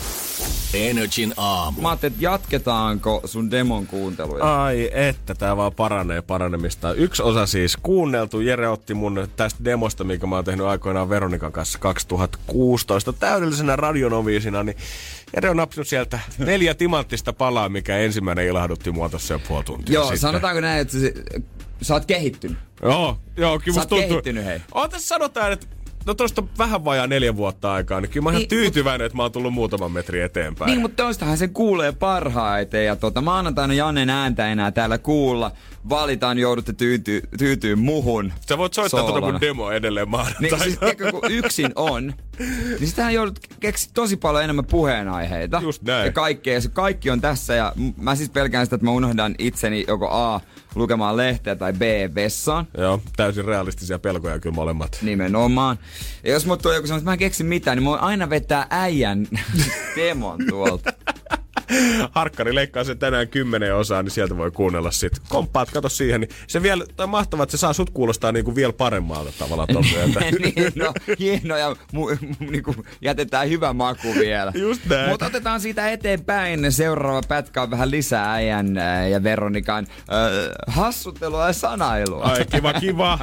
Energin aamu. Mä ajattelin, että jatketaanko sun demon kuunteluja? Ai että, tää vaan paranee paranemista. Yksi osa siis kuunneltu. Jere otti mun tästä demosta, minkä mä oon tehnyt aikoinaan Veronikan kanssa kaksituhattakuusitoista täydellisenä radionoviisina, niin Jere on napsinut sieltä neljä timanttista palaa, mikä ensimmäinen ilahdutti mua tossa jo puoli tuntia Joo, sitten. sanotaanko näin, että sä, sä oot kehittynyt? Joo, joo, kyllä musta tuntuu. Sä oot kehittynyt, hei. On tässä sanotaan, että no tuosta vähän vajaa neljä vuotta aikaa, niin kyllä mä oon niin, ihan tyytyväinen, mut... että mä oon tullut muutaman metrin eteenpäin. Niin, mutta toistahan sen kuulee parhaiten. Ja tuota, maanantaina Jannen ääntä enää täällä kuulla. Valitaan, joudutte tyytyy, tyytyy muhun. Sä voit soittaa tuota mun demo edelleen maanantaina. Niin, siis tiedätkö, kun yksin on, niin sitähän joudut keksiä tosi paljon enemmän puheenaiheita. Just näin. Ja kaikkea. Ja se kaikki on tässä. Ja mä siis pelkään sitä, että mä unohdan itseni joko A, lukemaan lehteä tai B, vessaan. Joo, täysin realistisia pelkoja kyllä molemmat. Nimenomaan. Ja jos mut tulee joku sanoo, että mä en keksi mitään, niin mä voin aina vetää äijän demon tuolta. Harkkari leikkaa sen tänään kymmenen osaa, niin sieltä voi kuunnella sit. Komppaat, kato siihen, niin se vielä, toi mahtavaa, että se saa sut kuulostaa niinku vielä paremmalta tavalla ton myötä. Niin, no, hieno ja mu- mu- niinku jätetään hyvä maku vielä. Just näin. Mutta otetaan siitä eteenpäin. Seuraava pätkä on vähän lisää äijän ja Veronikan äh, hassuttelua ja sanailua. Ai kiva, kiva.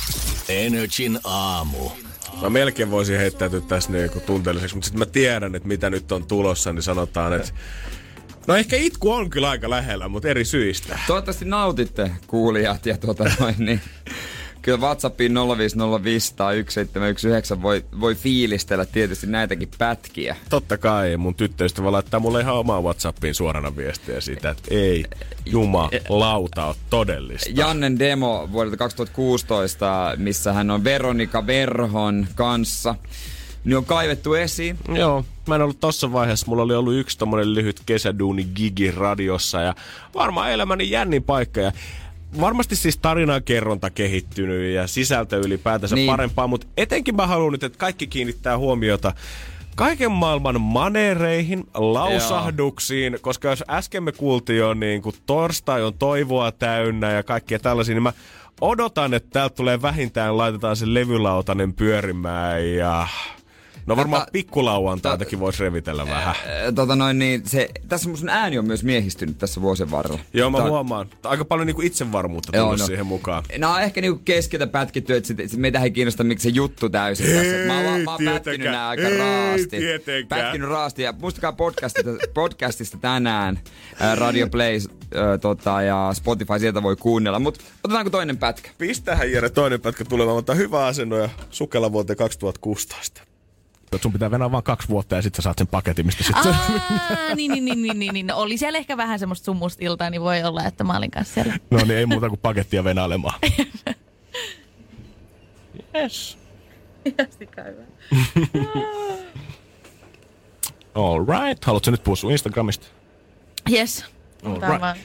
Energin aamu. Mä melkein voisin heittäytyä tässä niinku tunteelliseksi, mutta sitten mä tiedän, että mitä nyt on tulossa, niin sanotaan, että no ehkä itku on kyllä aika lähellä, mutta eri syistä. Toivottavasti nautitte, kuulijat, ja tuota noin, niin kyllä WhatsAppiin nolla viisi nolla viisi tai yksi seitsemän yksi yhdeksän voi, voi fiilistellä tietysti näitäkin pätkiä. Totta kai, mun tyttöystävä laittaa mulle ihan omaa WhatsAppiin suorana viestiä siitä, että ei jumalauta ole todellista. Jannen demo vuodelta kaksituhattakuusitoista, missä hän on Veronika Verhon kanssa, niin on kaivettu esiin. Joo, mä en ollut tossa vaiheessa. Mulla oli ollut yksi tommonen lyhyt kesäduuni gigi radiossa ja varmaan elämäni jännin paikka. Ja varmasti siis tarinan kerronta kehittynyt ja sisältö ylipäätänsä niin parempaa, mutta etenkin mä haluan nyt, että kaikki kiinnittää huomiota kaiken maailman maneereihin, lausahduksiin, joo, koska jos äsken me kuultiin jo niin kuin torstai on toivoa täynnä ja kaikkia tällaisia, niin mä odotan, että täältä tulee vähintään, laitetaan se levylautanen pyörimään ja no varmaan tota, pikkulauantaitakin voisi revitellä äh, vähän. Tota noin niin, se, tässä mun ääni on myös miehistynyt tässä vuosien varrella. Joo, mä Tää huomaan. Aika paljon niinku itsevarmuutta tullut no. siihen mukaan. No on ehkä niinku keskeltä pätkitty, että sit, sit meitä ei kiinnosta miksi se juttu täysin ei, tässä. Mä oon, mä, mä oon pätkinyt nää aika ei, raasti. Tietenkään. Pätkinyt raasti. Ja muistakaa podcastista, podcastista tänään. Äh, Radio Play äh, tota, ja Spotify, sieltä voi kuunnella. Mut otetaanko toinen pätkä? Pistähän Jere toinen pätkä tulemaan, mutta hyvä asenno ja sukella vuoteen kaksituhattakuusitoista. Sun pitää venää vaan kaksi vuotta ja sit sä saat sen paketin, mistä sit Aa, niin, niin, niin, niin, niin, niin. Oli siellä ehkä vähän semmoista summusta iltaa, niin voi olla, että mä olin kanssa siellä. No niin, ei muuta kuin pakettia venailemaan. Yes. Jastika hyvä. All right. Haluatko nyt puhua sun Instagramista? Yes. All right.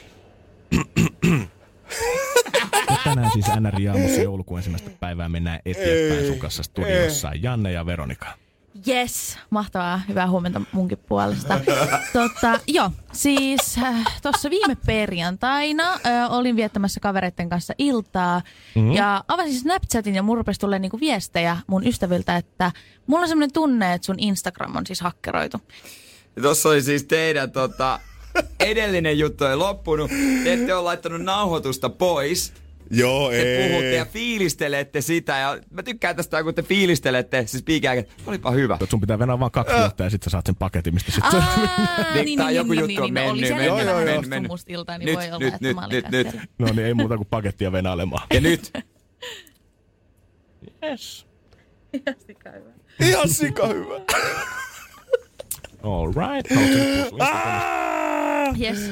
Tänään siis N R J-aamussa joulukuun ensimmäistä päivää mennään eteenpäin sun kanssa studiossa. Janne ja Veronika. Yes, mahtavaa. Hyvää huomenta munkin puolesta. Tota, joo, siis äh, tuossa viime perjantaina äh, olin viettämässä kavereiden kanssa iltaa. Mm-hmm. Ja avasin Snapchatin ja mun rupesi tulee niinku viestejä mun ystäviltä, että mulla on semmoinen tunne, että sun Instagram on siis hakkeroitu. Ja tossa oli siis teidän tota, edellinen juttu ei loppunut. Te ette ole laittanut nauhoitusta pois. Joo, te ei. puhutte ja fiilistelette sitä ja mä tykkään tästä, kun te fiilistelette, siis piikääkin, olipa hyvä. Sun pitää venää vaan kaksi vuotta ja sit sä saat sen paketin, mistä sit Aa, niin, niin, niin, joku niin, juttu niin, on niin, mennyt, oli siellä mennyt, vähän mennyt, mennyt. summusta iltaa, niin nyt, voi olla, nyt, että nyt, mä olin nyt, nyt. siellä. No niin, ei muuta kuin pakettia venailemaan. Ja nyt? Yes. Ihan sika hyvä. Ihan sika hyvä. All right. Haluatko nyt puhua sun Instagramista? Yes.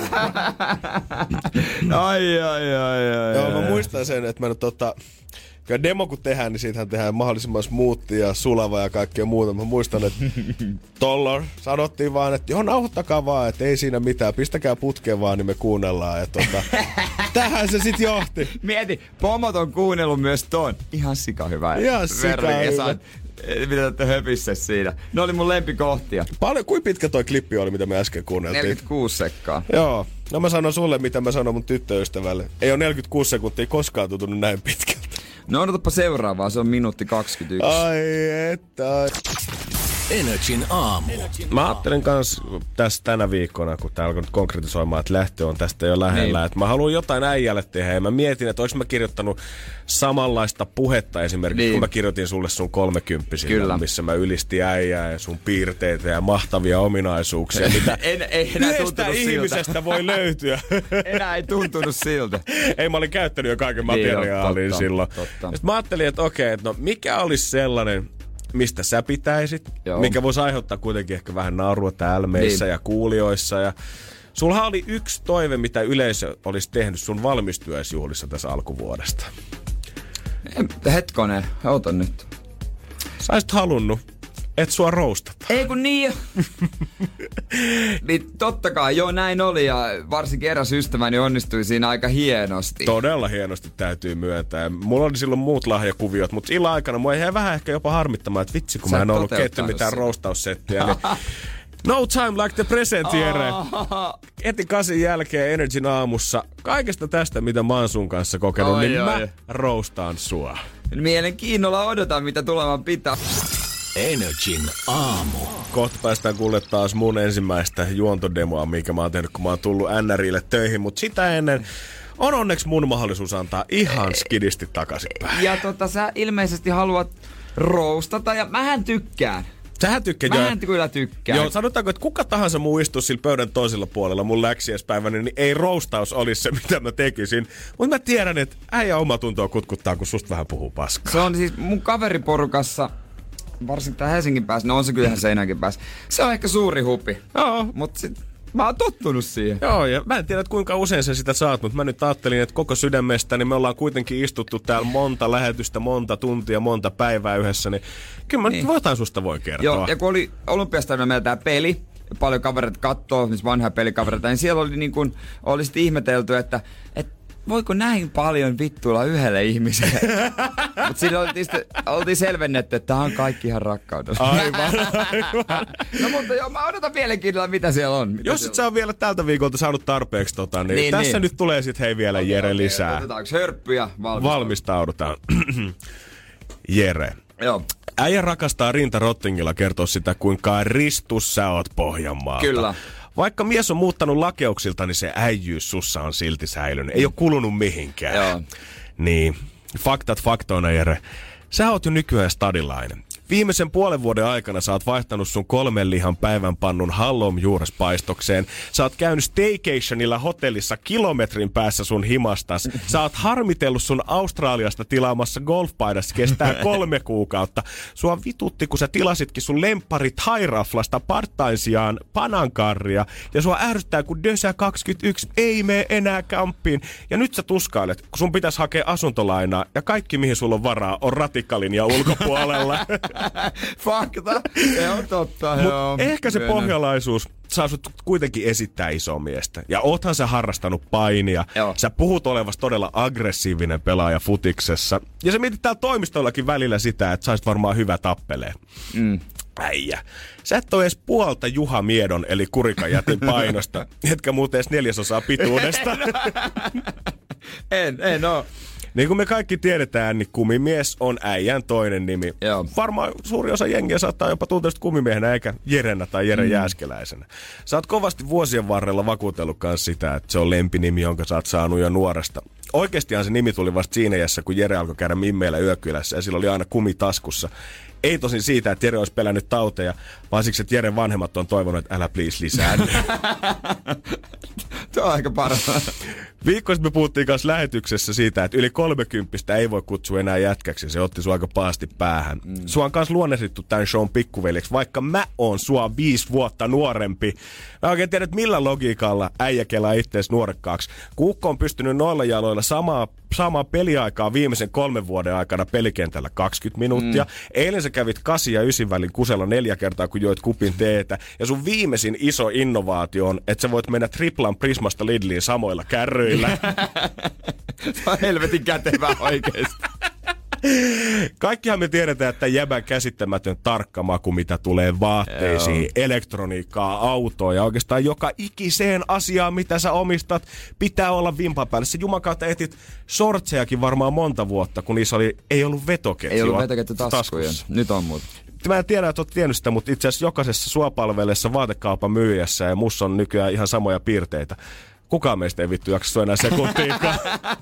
ai, ai, ai, ai. Joo, mä muistan sen, että mä nyt tota... Kyllä demo kun tehdään, niin siitähän tehdään mahdollisimman smoothia ja sulava ja kaikkea muuta. Mä muistan, että tollor sanottiin vaan, että joo, nauhoittakaa vaan, että ei siinä mitään. Pistäkää putkeen vaan, niin me kuunnellaan. Ja tota, tähän se sit johti. Mieti, pomot on kuunnellut myös ton. Ihan sika hyvä. Ihan sika hyvä. Mitä olette höpissä siinä? Ne oli mun lempikohtia. Paljon, kuinka pitkä toi klippi oli, mitä me äsken kuunneltiin? neljäkymmentäkuusi sekkaa. Joo. No mä sanon sulle, mitä mä sanon mun tyttöystävälle. Ei ole neljäkymmentäkuusi sekuntia koskaan tuntunut näin pitkältä. No odotapa seuraavaa, se on minuutti kaksikymmentäyksi. Ai että. Energin aamu. Mä ajattelin kans tässä tänä viikkona, kun tää alkoi nyt konkretisoimaan, että lähtö on tästä jo lähellä. Niin. Että mä haluan jotain äijälle tehdä ja mä mietin, että olis mä kirjoittanut samanlaista puhetta esimerkiksi, niin, kun mä kirjoitin sulle sun kolmekymppisillä, missä mä ylistin äijää ja sun piirteitä ja mahtavia ominaisuuksia, mitä en, ei enää yhdestä ihmisestä siltä voi löytyä. Enää ei tuntunut siltä. Ei, mä olin käyttänyt jo kaiken materiaalin niin, silloin. Sitten mä ajattelin, että okei, että no mikä olisi sellainen, mistä sä pitäisit, joo, mikä voisi aiheuttaa kuitenkin ehkä vähän naurua täällä meissä niin, ja kuulijoissa. Ja sulha oli yksi toive, mitä yleisö olisi tehnyt sun valmistujaisjuhlissa tässä alkuvuodesta. Hetkonen, ota nyt. Sä olisit halunnut, että sua roustata. Ei kun niin. Niin totta kai, joo näin oli ja varsinkin eräs ystäväni onnistui siinä aika hienosti. Todella hienosti täytyy myöntää. Mulla oli silloin muut lahjakuviot, mutta illan aikana mua jäi vähän ehkä jopa harmittamaan, että vitsi kun Sä mä en ollut keitty mitään roustaussettiä. Niin No time like the present, Jere. Heti kasin jälkeen Energyn aamussa. Kaikesta tästä, mitä mä oon sun kanssa kokenut, oi, niin oi. mä roustaan sua. Mielenkiinnolla odotan, mitä tulemaan pitää. Energin aamu. Kohta päästään kuulle taas mun ensimmäistä juontodemoa, mikä mä oon tehnyt, kun mä oon tullut N R I:lle töihin. Mutta sitä ennen on onneksi mun mahdollisuus antaa ihan skidisti takaisinpäin. Ja tota, sä ilmeisesti haluat roustata, ja mähän tykkään. Sähän tykkää. Mähän kyllä tykkään. Joo, sanotaanko, että kuka tahansa muu istuu sillä pöydän toisella puolella mun läksiäispäivänä, niin ei roustaus olisi se, mitä mä tekisin. Mutta mä tiedän, että äijä oma tuntoa kutkuttaa, kun susta vähän puhuu paskaa. Se on siis mun kaveriporukassa, varsinkin tää Helsingin päässä, no on se kyllähän Seinäjoenkin päässä. Se on ehkä suuri hupi. Joo. Mut sit mä oon tottunut siihen. Joo, ja mä en tiedä, että kuinka usein sä sitä saat, mutta mä nyt ajattelin, että koko sydämestä, niin me ollaan kuitenkin istuttu täällä monta lähetystä, monta tuntia, monta päivää yhdessä, niin kyllä mä niin. nyt jotain susta voi kertoa. Joo, ja kun oli Olympiastadionilla meillä tää peli, paljon kavereita kattoo, missä vanhaa pelikavereita, niin siellä oli niin kuin, oli sitten ihmetelty, että, että voiko näin paljon vittuilla yhdelle ihmiselle? Mutta siinä oltiin, oltiin selvennetty, että tämä on kaikki ihan rakkaudella. Aivan, aivan. No mutta joo, mä odotan mielenkiinnolla, mitä siellä on. Mitä Jos et sä on vielä tältä viikolta saanut tarpeeksi tota, niin, niin tässä niin. nyt tulee sit hei vielä okay, Jere okay, lisää. Otetaanko hörppyjä? Valmistaudutaan. Jere. Joo. Äijä rakastaa Rinta Rottingilla kertoa sitä, kuinka ristus sä oot Pohjanmaalta. Kyllä. Vaikka mies on muuttanut lakeuksilta, niin se äijyys sussa on silti säilynyt. Ei ole kulunut mihinkään. Joo. Niin, faktat faktoina, Jere. Sä oot jo nykyään stadilainen. Viimeisen puolen vuoden aikana sä oot vaihtanut sun kolmen lihan päivänpannun hallom-juurespaistokseen. Sä oot käynyt staycationilla hotellissa kilometrin päässä sun himastas. Sä oot harmitellut sun Australiasta tilaamassa golfpaidassa kestää kolme kuukautta. Sua vitutti, kun sä tilasitkin sun lemppari Thai-raflasta part-time sijaan panankarria. Ja sua ärsyttää, kun Dösä kaksikymmentäyksi ei mene enää kamppiin. Ja nyt sä tuskailet, kun sun pitäisi hakea asuntolainaa. Ja kaikki, mihin sulla on varaa, on ratikalin ulkopuolella. Fakta. Se on totta. Mut joo. Ehkä se pohjalaisuus saa sut kuitenkin esittää isoa miestä. Ja oothan sä harrastanut painia. Joo. Sä puhut olevas todella aggressiivinen pelaaja futiksessa. Ja sä mietit täällä toimistollakin välillä sitä, että saisit varmaan hyvä tappeleen. Mm. Äijä. Sä et ole edes puolta Juha Miedon, eli Kurikajätin painosta, etkä muuten edes neljäsosaa pituudesta. en, en oo. Niin kuin me kaikki tiedetään, niin kumimies on äijän toinen nimi. Joo. Varmaan suuri osa jengiä saattaa jopa tuntea kumimiehenä eikä Jerenä tai Jere mm. Jääskeläisenä. Sä oot kovasti vuosien varrella vakuutellut myös sitä, että se on lempinimi, jonka sä oot saanut jo nuoresta. Oikeastihan se nimi tuli vasta siinä iässä, kun Jere alkoi käydä mimmeillä yökylässä ja sillä oli aina kumi taskussa. Ei tosin siitä, että Jere olisi pelännyt tauteja, vaan siksi, että Jeren vanhemmat on toivonut, että älä please lisää. Tuo on aika parasta. Viikko sitten me puhuttiin kanssa lähetyksessä siitä, että yli kolmekymppistä ei voi kutsua enää jätkäksi. Se otti sua aika pahasti päähän. Mm. Sua on kanssa luonnehdittu tämän shown pikkuveljeksi, vaikka mä oon sua viisi vuotta nuorempi. Mä oikein tiedän, että millä logiikalla äijä kelaa itseäsi nuorekkaaksi. Kuukko on pystynyt noilla jaloilla samaa, samaa peliaikaa viimeisen kolmen vuoden aikana pelikentällä kaksikymmentä minuuttia. Mm. Eilen sä kävit kasi ja ysin välin kusella neljä kertaa, kun joit kupin teetä. Ja sun viimeisin iso innovaatio on, että sä voit mennä triplan Prismasta Lidliin samoilla kärryillä. Se on helvetin kätevää oikeesti. Kaikkihan me tiedetään, että jäbän käsittämätön tarkka maku, mitä tulee vaatteisiin, Joo. elektroniikkaa, autoa ja oikeastaan joka ikiseen asiaan, mitä sä omistat, pitää olla vimpan päällä. Se jumakautta etit shortsejakin varmaan monta vuotta, kun niissä oli, ei ollut vetoketjua. Ei ollut vetoketju taskuja. Nyt on muuta. Mä en tiedä, että oot tiennyt sitä, mutta itse asiassa jokaisessa suopalveleessa vaatekaupan myyjässä ja mussa on nykyään ihan samoja piirteitä. Kukaan meistä ei vittu jaksa enää sekuntiikaan.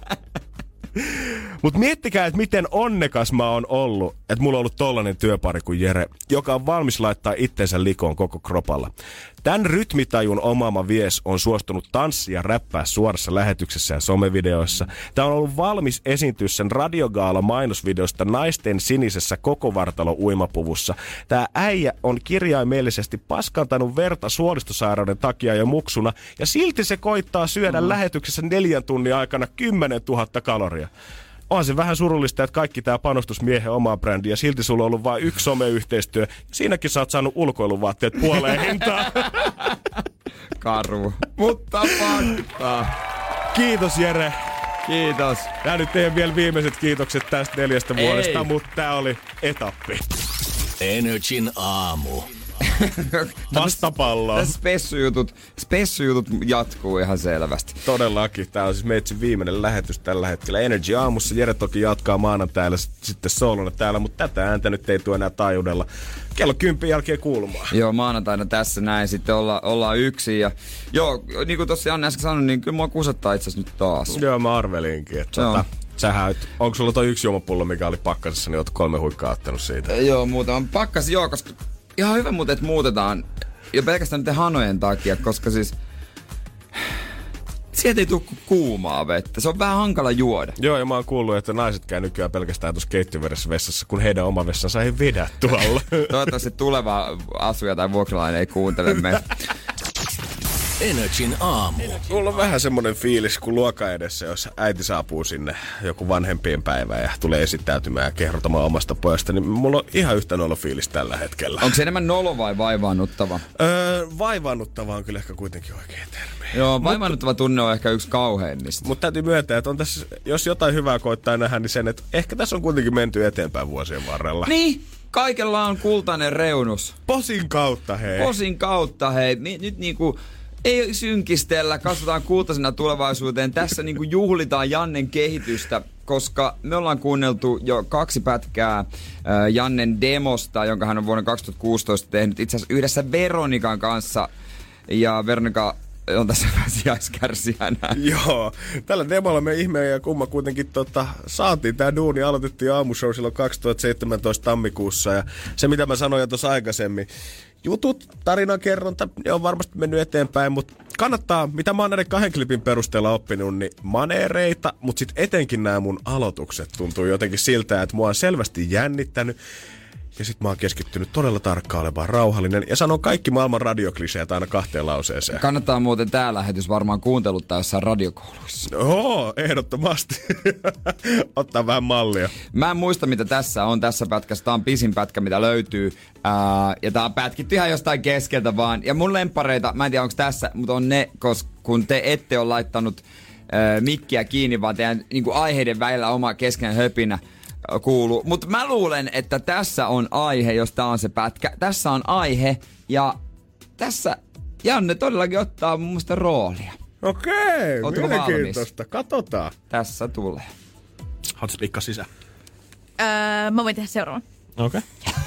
Mut miettikää, että miten onnekas mä oon ollut, että mulla on ollut tollanen työpari kuin Jere, joka on valmis laittaa itsensä likoon koko kropalla. Tän rytmitajun omaama vies on suostunut tanssia ja räppää suorassa lähetyksessä ja somevideoissa. Tää on ollut valmis esiintyä sen radiogaala mainosvideosta naisten sinisessä koko vartalo uimapuvussa. Tää äijä on kirjaimellisesti paskantanut verta suolistosairauden takia ja muksuna, ja silti se koittaa syödä mm. lähetyksessä neljän tunnin aikana kymmenen tuhatta kaloria. On se vähän surullista, että kaikki tää panostus miehen omaan brändiin ja silti sulla on ollut vain yksi someyhteistyö. Siinäkin sä oot saanut ulkoiluvaatteet puoleen hintaan. Karu. Mutta fakta. Kiitos Jere. Kiitos. Tää nyt teidän vielä viimeiset kiitokset tästä neljästä Ei. vuodesta, mutta tää oli etappi. Energin aamu. vastapalloa. Tässä spessujutut, spessujutut jatkuu ihan selvästi. Todellakin. Tää on siis meitsin viimeinen lähetys tällä hetkellä Energy aamussa. Jere toki jatkaa maanantaina sitten soolona täällä, mutta tätä ääntä nyt ei tule enää taajuudella kello kympin jälkeen kuulumaan. Joo, maanantaina tässä näin sitten olla, ollaan yksin. Ja, joo, niin kuin tuossa Janne äsken sanoi, niin kyllä mua kusattaa itse asiassa nyt taas. Joo, mä arvelinkin. Että tota, sähän, onko sulla toi yksi juomapullo, mikä oli pakkasessa, niin oot kolme huikkaa ottanut siitä? Joo, muutama pakkas, joo, koska ihan hyvä muuten, että muutetaan. Ja pelkästään niiden hanojen takia, koska siis sieltä ei tule kuumaa vettä. Se on vähän hankala juoda. Joo, ja mä oon kuullut, että naiset käy nykyään pelkästään tuossa keittiöveressä vessassa, kun heidän oma vessansa ei vedä tuolla. Toivottavasti tuleva asuja tai vuokralainen ei kuuntele meitä. Energin aamu. Mulla on vähän semmonen fiilis, kun luokan edessä, jos äiti saapuu sinne joku vanhempien päivä ja tulee esittäytymään ja kertomaan omasta pojasta, niin mulla on ihan yhtä nolo fiilis tällä hetkellä. Onko se enemmän nolo vai vaivaannuttava? Öö, vaivaannuttava on kyllä ehkä kuitenkin oikea termi. Joo, vaivaannuttava tunne on ehkä yksi kauheimmista. Mutta täytyy myöntää, että on tässä, jos jotain hyvää koittaa nähdä, niin sen, että ehkä tässä on kuitenkin menty eteenpäin vuosien varrella. Niin, kaikella on kultainen reunus. Posin kautta, hei. Posin kautta, hei. Nyt niinku ei synkistellä, katsotaan kultaisena tulevaisuuteen. Tässä niinku juhlitaan Jannen kehitystä, koska me ollaan kuunneltu jo kaksi pätkää äh, Jannen demosta, jonka hän on vuonna kaksituhattakuusitoista tehnyt itse asiassa yhdessä Veronikan kanssa. Ja Veronika on tässä sijaiskärsijänä. Joo, tällä demolla me ihmeen ja kumma kuitenkin tota, saatiin tää duuni, aloitettiin aamushow silloin kaksituhattaseitsemäntoista tammikuussa ja se mitä mä sanoin jo tuossa aikaisemmin, jutut, tarinankerronta, ne on varmasti mennyt eteenpäin, mutta kannattaa, mitä mä oon näiden kahden klipin perusteella oppinut, niin maneereita, mutta sit etenkin nämä mun aloitukset tuntuu jotenkin siltä, että mua on selvästi jännittänyt. Ja sit mä oon keskittynyt todella tarkkaan olemaan rauhallinen ja sanon kaikki maailman radiokliseet aina kahteen lauseeseen. Kannattaa muuten tää lähetys varmaan kuunteluttaa jossain radiokouluissa. Joo, ehdottomasti. Ottaa vähän mallia. Mä en muista mitä tässä on tässä pätkässä. Tää on pisin pätkä mitä löytyy. Ää, ja tää on pätkitty ihan jostain keskeltä vaan. Ja mun lemppareita, mä en tiedä onko tässä, mutta on ne, koska kun te ette ole laittanut ää, mikkiä kiinni, vaan teidän niinku aiheiden välillä oma kesken höpinä kuuluu. Mutta mä luulen, että tässä on aihe, jos tää on se pätkä. Tässä on aihe ja tässä Janne todellakin ottaa mun mielestä roolia. Okei, Ootko mielenkiintoista. Katsotaan. Tässä tulee. Haluatko liikkaa sisään? Öö, mä voin tehdä seuraavan. Okei.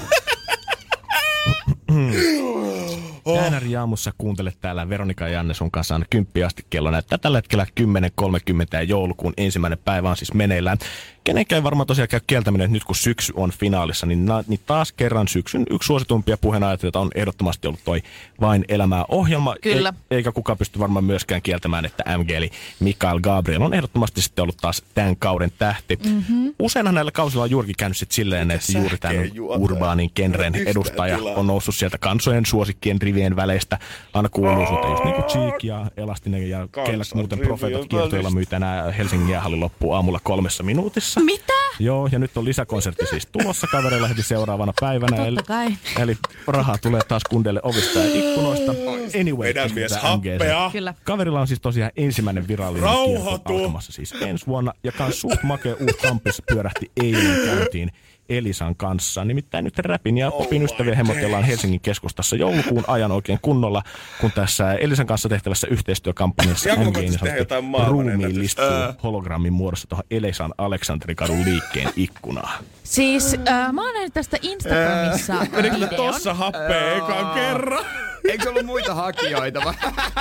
Okay. Käännäri aamussa kuuntelet täällä Veronika ja Janne sun kanssa aina kymppiä asti. Kello näyttää tällä hetkellä kymmenen kolmekymmentä ja joulukuun ensimmäinen päivä on siis meneillään. Kenenkään ei varmaan tosiaan käy kieltäminen, että nyt kun syksy on finaalissa, niin, na, niin taas kerran syksyn yksi suositumpia puheenaiheita on ehdottomasti ollut toi Vain elämää -ohjelma. Kyllä. E, eikä kukaan pysty varmaan myöskään kieltämään, että M G eli Mikael Gabriel on ehdottomasti sitten ollut taas tämän kauden tähti. Mm-hmm. Useinhan näillä kausilla on juurikin käynyt sitten silleen, että juuri tämän urbaanin genren edustaja on noussut sieltä kansojen suosikkien rivien väleistä. Aina kuuluu sulta just niinku Cheek ja Elastinen ja kelläs muuten Profeetat kiertoilla myy tänään Helsingin jäähalli loppuun aamulla kolmessa minuutissa. Mitä? Joo, ja nyt on lisäkonsertti siis tulossa kavereilla heti seuraavana päivänä. Totta eli, kai. eli rahaa tulee taas kundeille ovista ja ikkunoista. Anyway, Vedän mies happea. Kyllä. Kaverilla on siis tosiaan ensimmäinen virallinen kierto alkamassa siis ensi vuonna. Ja kans suht makea uusi kampis pyörähti eilen käyntiin Elisan kanssa. Nimittäin nyt räpin ja popin ystäviä hemmotellaan Helsingin keskustassa joulukuun ajan oikein kunnolla, kun tässä Elisan kanssa tehtävässä yhteistyökampanjassa M G niin ruumiillistuu hologrammin muodossa tuohon Elisan Aleksanterikadun liikkeen ikkunaan. Siis äh, mä oon nähnyt tästä Instagramissa videon. Tossa happea ekan kerran? Eikö ollut muita hakijoita vai?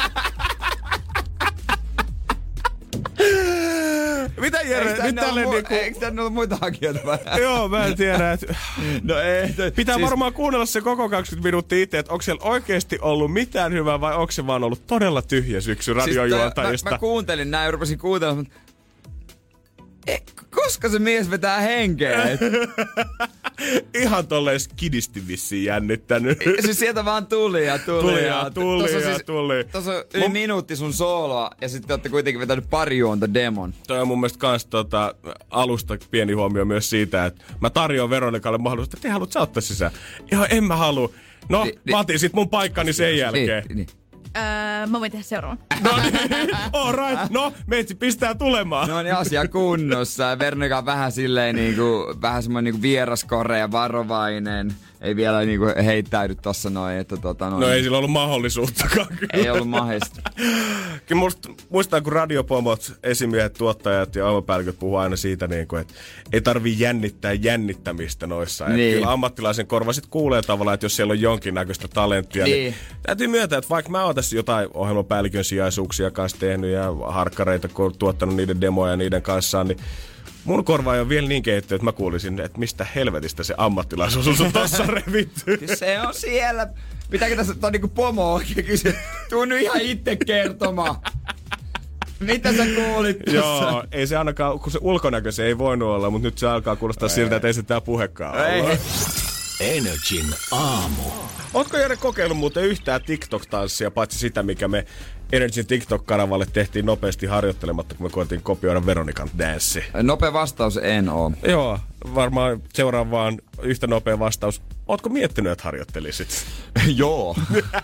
Mitä Jere? Nyt tälle mu- niinku... Eikö tänne ollut muita hakijoita vai? Joo, mä en tiedä. Et... No ei. Toi, Pitää siis... varmaan kuunnella se koko kaksikymmentä minuuttia itse, että onko siellä oikeasti ollut mitään hyvää vai onko se vaan ollut todella tyhjä syksy radiojuontajista. Siis mä, mä kuuntelin näin, rupesin kuuntelemaan, mutta e, koska se mies vetää henkeä? Ihan tolleen skidisti vissiin jännittänyt. Siis sieltä vaan tuli ja tuli, tuli ja, ja tuli tossa ja siis, tuli. Tuossa on yli minuutti sun sooloa ja sitten olette kuitenkin vetänyt pari juonta demon. Toi on mun mielestä kans tota, alusta pieni huomio myös siitä, että mä tarjoan Veronikalle mahdollisuutta, että te haluat sä ottaa sisään. Ihan en mä halua. No, ni, mä otin sit mun paikkani sen jälkeen. Niin, niin. Öö, mä voin tehdä seuraavan. No niin, all right. No, meitsi pistää tulemaan. No niin, asia kunnossa. Veronika on vähän silleen niinku, vähän semmoinen niinku vieraskore ja varovainen. ei vielä niinku heittäydy tossa noin, että tota noin. No ei sillä ollut mahdollisuuttakaan kyllä. Ei ollut mahdollista. Kyllä musta, muistaa, kun radiopomot, esimiehet, tuottajat ja aamupäälliköt puhuu aina siitä, niin kuin, että ei tarvii jännittää jännittämistä noissa. Niin. Että kyllä ammattilaisen korva sit kuulee tavallaan, että jos siellä on jonkinnäköistä talenttia, niin, niin täytyy myöntää, että vaikka mä oon tässä jotain ohjelmapäällikön sijaisuuksia kanssa tehnyt ja harkkareita, kun oon tuottanut niiden demoja niiden kanssa, niin mun korva ei ole vielä niin kehittynyt, että mä kuulisin, että mistä helvetistä se ammattilaisuus on tossa revitty. Se on siellä. Pitääkö tässä ottaa niinku pomo oikein kysyä? Tuu nyt ihan itse kertomaan. Mitä sä kuulit tossa? Joo, ei se ainakaan, kun se ulkonäkö se ei voinut olla, mutta nyt se alkaa kuulostaa ei. siltä, että ei se tää puhekaan olla. Energin aamu. Ootko Jere kokeillut muuten yhtään TikTok-tanssia, paitsi sitä, mikä me Energyn TikTok-kanavalle tehtiin nopeasti harjoittelematta, kun me koettiin kopioida Veronikan danssi? Nopea vastaus en oo. Joo, varmaan seuraavaan yhtä nopea vastaus. Ootko miettinyt, että harjoittelisit? Joo.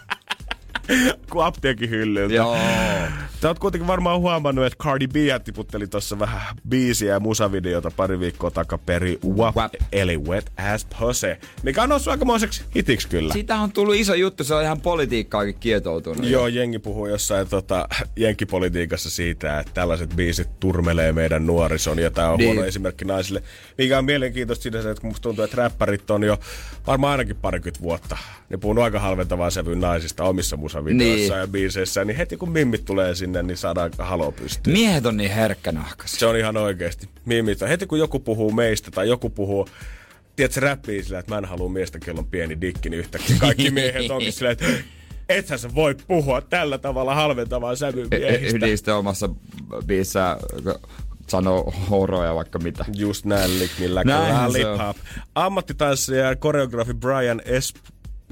Kuin apteekin hyllyltä. Joo. Sä oot kuitenkin varmaan huomannut, että Cardi B tiputteli tossa vähän biisiä ja musavideota pari viikkoa takaperi. Wap, Wap. Eli Wet Ass Pussy, mikä on noussut aikamoiseksi hitiksi kyllä. Siitä on tullut iso juttu, se on ihan politiikkaakin kietoutunut. Joo, jengi puhuu jossain tota, jenkkipolitiikassa siitä, että tällaiset biisit turmelee meidän nuorison ja tää on niin huono esimerkki naisille. Mikä on mielenkiintoista siinä, että kun musta tuntuu, että räppärit on jo varmaan ainakin parikymmentä vuotta. Ne puhuu aika halventavaa sävyyn naisista omissa musavideoissa niin ja biiseissä, niin heti kun mimmit tulee sinne, niin saadaan haloo pystyyn. Miehet on niin herkkänahkaisia. Se on ihan oikeesti. Mimmit on. Heti kun joku puhuu meistä tai joku puhuu, tiedätkö, räppii sillä, että mä en halua miestä, kello on pieni dikki, niin yhtäkkiä kaikki miehet onkin sillä, että ethän sä voi puhua tällä tavalla halventavaa sävyyn miehistä. Ydistä omassa biisissä sanoo horoja vaikka mitä. Just näin, lick me like a lollipop. Ammattitanssija ja koreografi Brian Esp-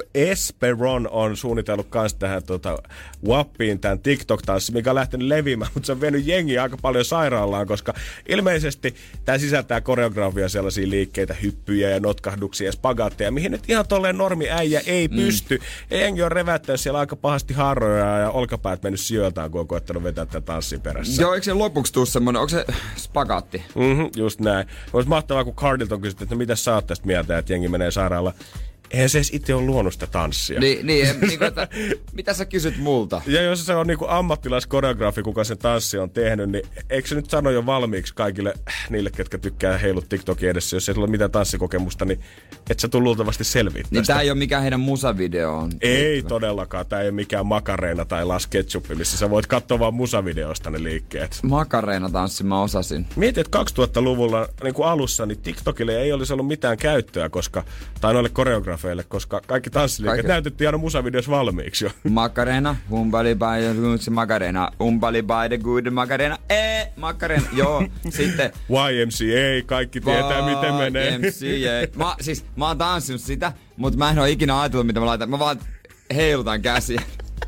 Esperon on suunnitellut kans tähän tota, Wappiin tämän TikTok-tanssi, mikä on lähtenyt leviämään, mutta se on vienyt jengiä aika paljon sairaalaan, koska ilmeisesti tämä sisältää koreografia sellaisia liikkeitä, hyppyjä ja notkahduksia ja spagaatteja, mihin nyt ihan tolleen normi äijä ei mm. pysty. Ja jengi on reväyttänyt siellä aika pahasti harroja ja olkapäät mennyt sijoiltaan, kun on koettanut vetää tätä tanssin perässä. Joo, eikö se lopuksi tuu semmonen, onko se spagaatti? Mhm, just näin. Olisi mahtavaa, kun Cardilta on kysytty, että no mitä sä oot tästä mieltä, että jengi menee sairaalaan. Eihän se edes itse ole luonut sitä tanssia. Niin, niin, niin että, mitä sä kysyt multa? Ja jos se on niin kuin ammattilaiskoreografi, kuka sen tanssi on tehnyt, niin eikö se nyt sano jo valmiiksi kaikille niille, ketkä tykkää heilut TikTokin edessä, jos ei ole mitään tanssikokemusta, niin et sä tuu luultavasti selviä tästä. Niin tää ei ole mikään heidän musavideo on. Ei liittyvä. Todellakaan. Tää ei ole mikään Makareena tai Las Ketchup, missä sä voit katsoa vaan musavideosta ne liikkeet. Makareena tanssi mä osasin. Mietin, että kaksituhattaluvulla niin kuin alussa, niin TikTokille ei olisi ollut mitään käyttöä, koska, tai noille koreografeille, koska kaikki tanssiliiket kaikki näytettiin aina musavideossa valmiiksi jo. Macarena, umbali by the good Macarena, umbali by the good Macarena, ee, Macarena, joo, sitten Y M C A, kaikki tietää y- miten menee. Y M C A. Mä, siis, mä oon tanssinut sitä, mutta mä en oo ikinä ajatellut, mitä mä laitan. Mä vaan heilutan käsiä.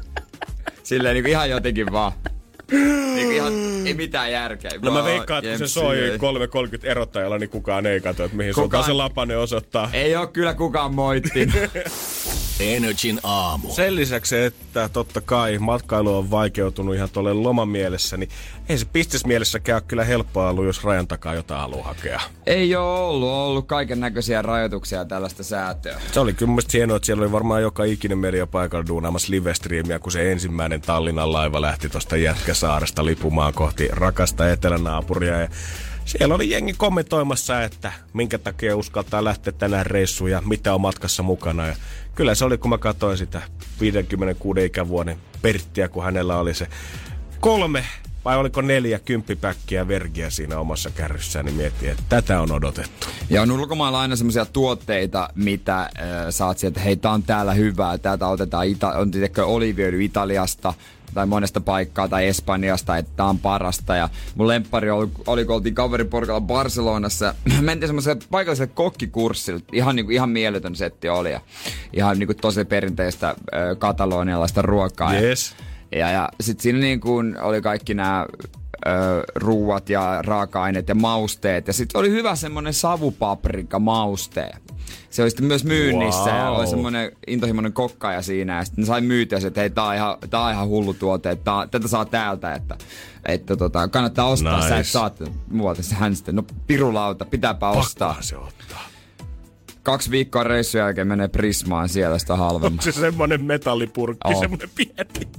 Silleen niinku ihan jotenkin vaan. Niinku ihan, ei mitään järkeä. No mä veikkaan, että kun se soi kolme kolmekymmentä erottajalla, niin kukaan ei katso, että mihin kukaan se lapanen osoittaa. Ei oo kyllä kukaan moittinut. Energin aamu. Sen lisäksi, että totta kai matkailu on vaikeutunut ihan tuolle loman mielessä, niin ei se bisnesmielessäkään ole kyllä helppoa ollut, jos rajan takaa jotain haluaa hakea. Ei oo ollut, on ollut kaiken näköisiä rajoituksia ja tällaista säätöä. Se oli kyllä mielestäni hienoa, että siellä oli varmaan joka ikinen media paikalla duunaamassa live-striimiä, kun se ensimmäinen Tallinnan laiva lähti tuosta Jätkäsaaresta lipumaan kohti rakasta etelänaapuria. Ja siellä oli jengi kommentoimassa, että minkä takia uskaltaa lähteä tänään reissuun ja mitä on matkassa mukana. Ja kyllä se oli, kun mä katsoin sitä viisikymmentäkuuden ikävuoden Perttiä, kun hänellä oli se kolme vai oliko neljä kymppipäkkiä vergiä siinä omassa kärryssään, niin miettii, että tätä on odotettu. Ja on ulkomailla aina semmoisia tuotteita, mitä äh, saat sieltä, hei, tää on täällä hyvää, täältä otetaan, Ita- on tietenkin oliiviöljy Italiasta, tai monesta paikkaa, tai Espanjasta, että tää on parasta. Ja mun lemppari oli, oli kun oltiin kaveriporukalla Barcelonassa. Mentiin semmoiselle paikalliselle kokkikurssille. Ihan, niin kuin, ihan mieletön setti oli. Ja ihan niin kuin, tosi perinteistä äh, katalonialaista ruokaa. Yes. Ja, ja sit siinä niin kuin, oli kaikki nämä ruuat ja raaka-aineet ja mausteet. Ja sitten oli hyvä semmonen savupaprika mauste. Se oli sitten myös myynnissä wow. Ja oli semmonen intohimoinen kokkaaja siinä. Ja sitten ne sai myytyä se, että hei, tää on ihan, tää on ihan hullu tuote, että tää, tätä saa täältä, että, että tota, kannattaa ostaa. Nice. Sä et saa muualta. Hän sitten, no pirulauta, pitääpä ostaa. Pakkaa se ottaa. kaksi viikkoa reissun jälkeen menee Prismaan siellä sitä halvemmin. Onko se semmonen metallipurkki, oh. semmonen pieni?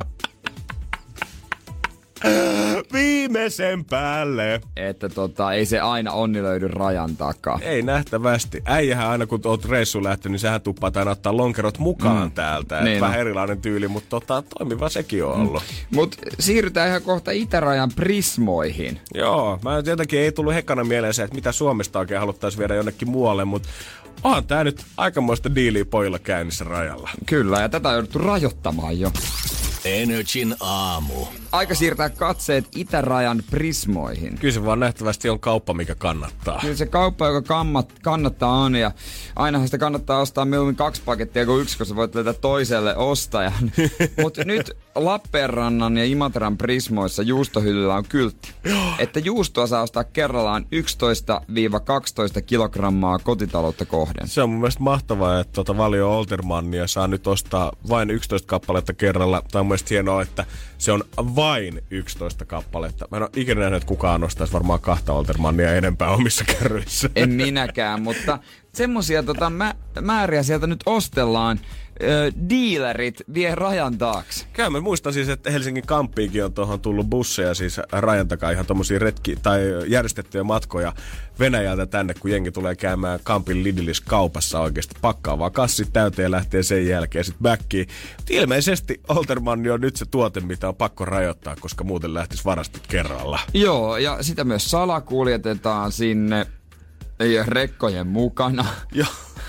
Viimeisen päälle. Että tota, ei se aina onni löydy rajan takaa. Ei nähtävästi. Äijähän aina kun oot reissuun lähtenyt, niin sähän tuppaa aina ottaa lonkerot mukaan mm. täältä. Niin vähän erilainen tyyli, mutta tota, toimiva sekin on ollut. Mm. Mut siirrytään ihan kohta itärajan Prismoihin. Joo, mä jotenkin ei tullut hekana mieleen se, että mitä Suomesta oikein haluttaisiin viedä jonnekin muualle, mutta onhan tää nyt aikamoista diiliä pojilla käynnissä rajalla. Kyllä, ja tätä on jouduttu rajoittamaan jo. Energin aamu. Aika siirtää katseet itärajan Prismoihin. Kyllä se vaan nähtävästi on kauppa, mikä kannattaa. Kyllä se kauppa, joka kammat, kannattaa on, ja ainahan sitä kannattaa ostaa mieluummin kaksi pakettia kuin yksi, koska voit löytää toiselle ostajan. Mutta nyt Lappeenrannan ja Imatran Prismoissa juustohyllyllä on kyltti, että juustoa saa ostaa kerrallaan yksitoista kaksitoista kilogrammaa kotitaloutta kohden. Se on mun mielestä mahtavaa, että tuota Valio Oltermannia saa nyt ostaa vain yksitoista kappaletta kerralla. Tämä on mun mielestä hienoa, että se on vain yksitoista kappaletta. Mä en ole ikinä nähnyt, että kukaan ostaisi varmaan kahta Oltermannia enempää omissa kärryissä. En minäkään, mutta semmosia tota, mä, määriä sieltä nyt ostellaan. Ö, dealerit vie rajan taakse. Kyllä mä muistan siis, että Helsingin Kamppiinkin on tuohon tullut busseja siis rajan takaa ihan tommosia retki- tai järjestettyjä matkoja Venäjältä tänne, kun jengi tulee käymään Kampin Lidlis kaupassa oikeasti. Pakkaa vaan kassit täyteen ja lähtee sen jälkeen sitten backiin. Ilmeisesti Oltermanni on nyt se tuote, mitä on pakko rajoittaa, koska muuten lähtisi varastot kerralla. Joo, ja sitä myös salakuljetetaan sinne ja rekkojen mukana. Joo.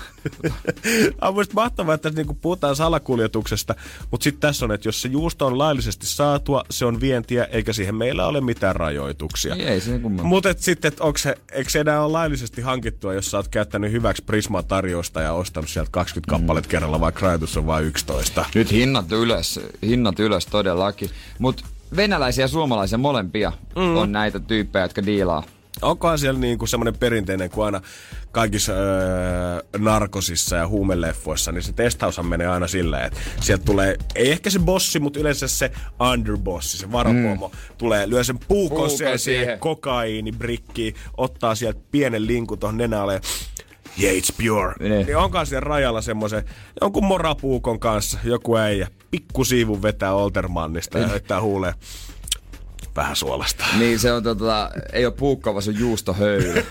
On mielestäni mahtavaa, että niinku puhutaan salakuljetuksesta, mutta sitten tässä on, että jos se juusto on laillisesti saatua, se on vientiä, eikä siihen meillä ole mitään rajoituksia. Ei, ei se kummaa. Mutta sitten, että onko se, eikö se enää ole laillisesti hankittua, jos sä oot käyttänyt hyväksi Prisma-tarjousta ja ostanut sieltä kaksikymmentä mm. kappaletta kerralla, vaikka rajoitus on vain yksitoista. Nyt hinnat ylös, hinnat ylös todellakin. Mutta venäläisiä ja suomalaisia molempia mm. on näitä tyyppejä, jotka diilaa. Onkohan siellä niinku semmoinen perinteinen, kuin aina kaikissa öö, narkosissa ja huumeleffoissa, niin se testaushan menee aina silleen, että sieltä tulee, ei ehkä se bossi, mutta yleensä se underbossi, se varapomo, mm. tulee, lyö sen puukon, puukon siihen, siihen kokaiinibrikkiin, ottaa sieltä pienen linkun tuohon nenälle, yeah, it's pure. Ne. Niin onkaan siellä rajalla semmoisen, jonkun morapuukon kanssa, joku äijä, pikkusiivun vetää Oltermannista ja heittää huuleen. Vähän suolasta. Niin se on tota, ei ole puukko, vaan se on juustohöyly.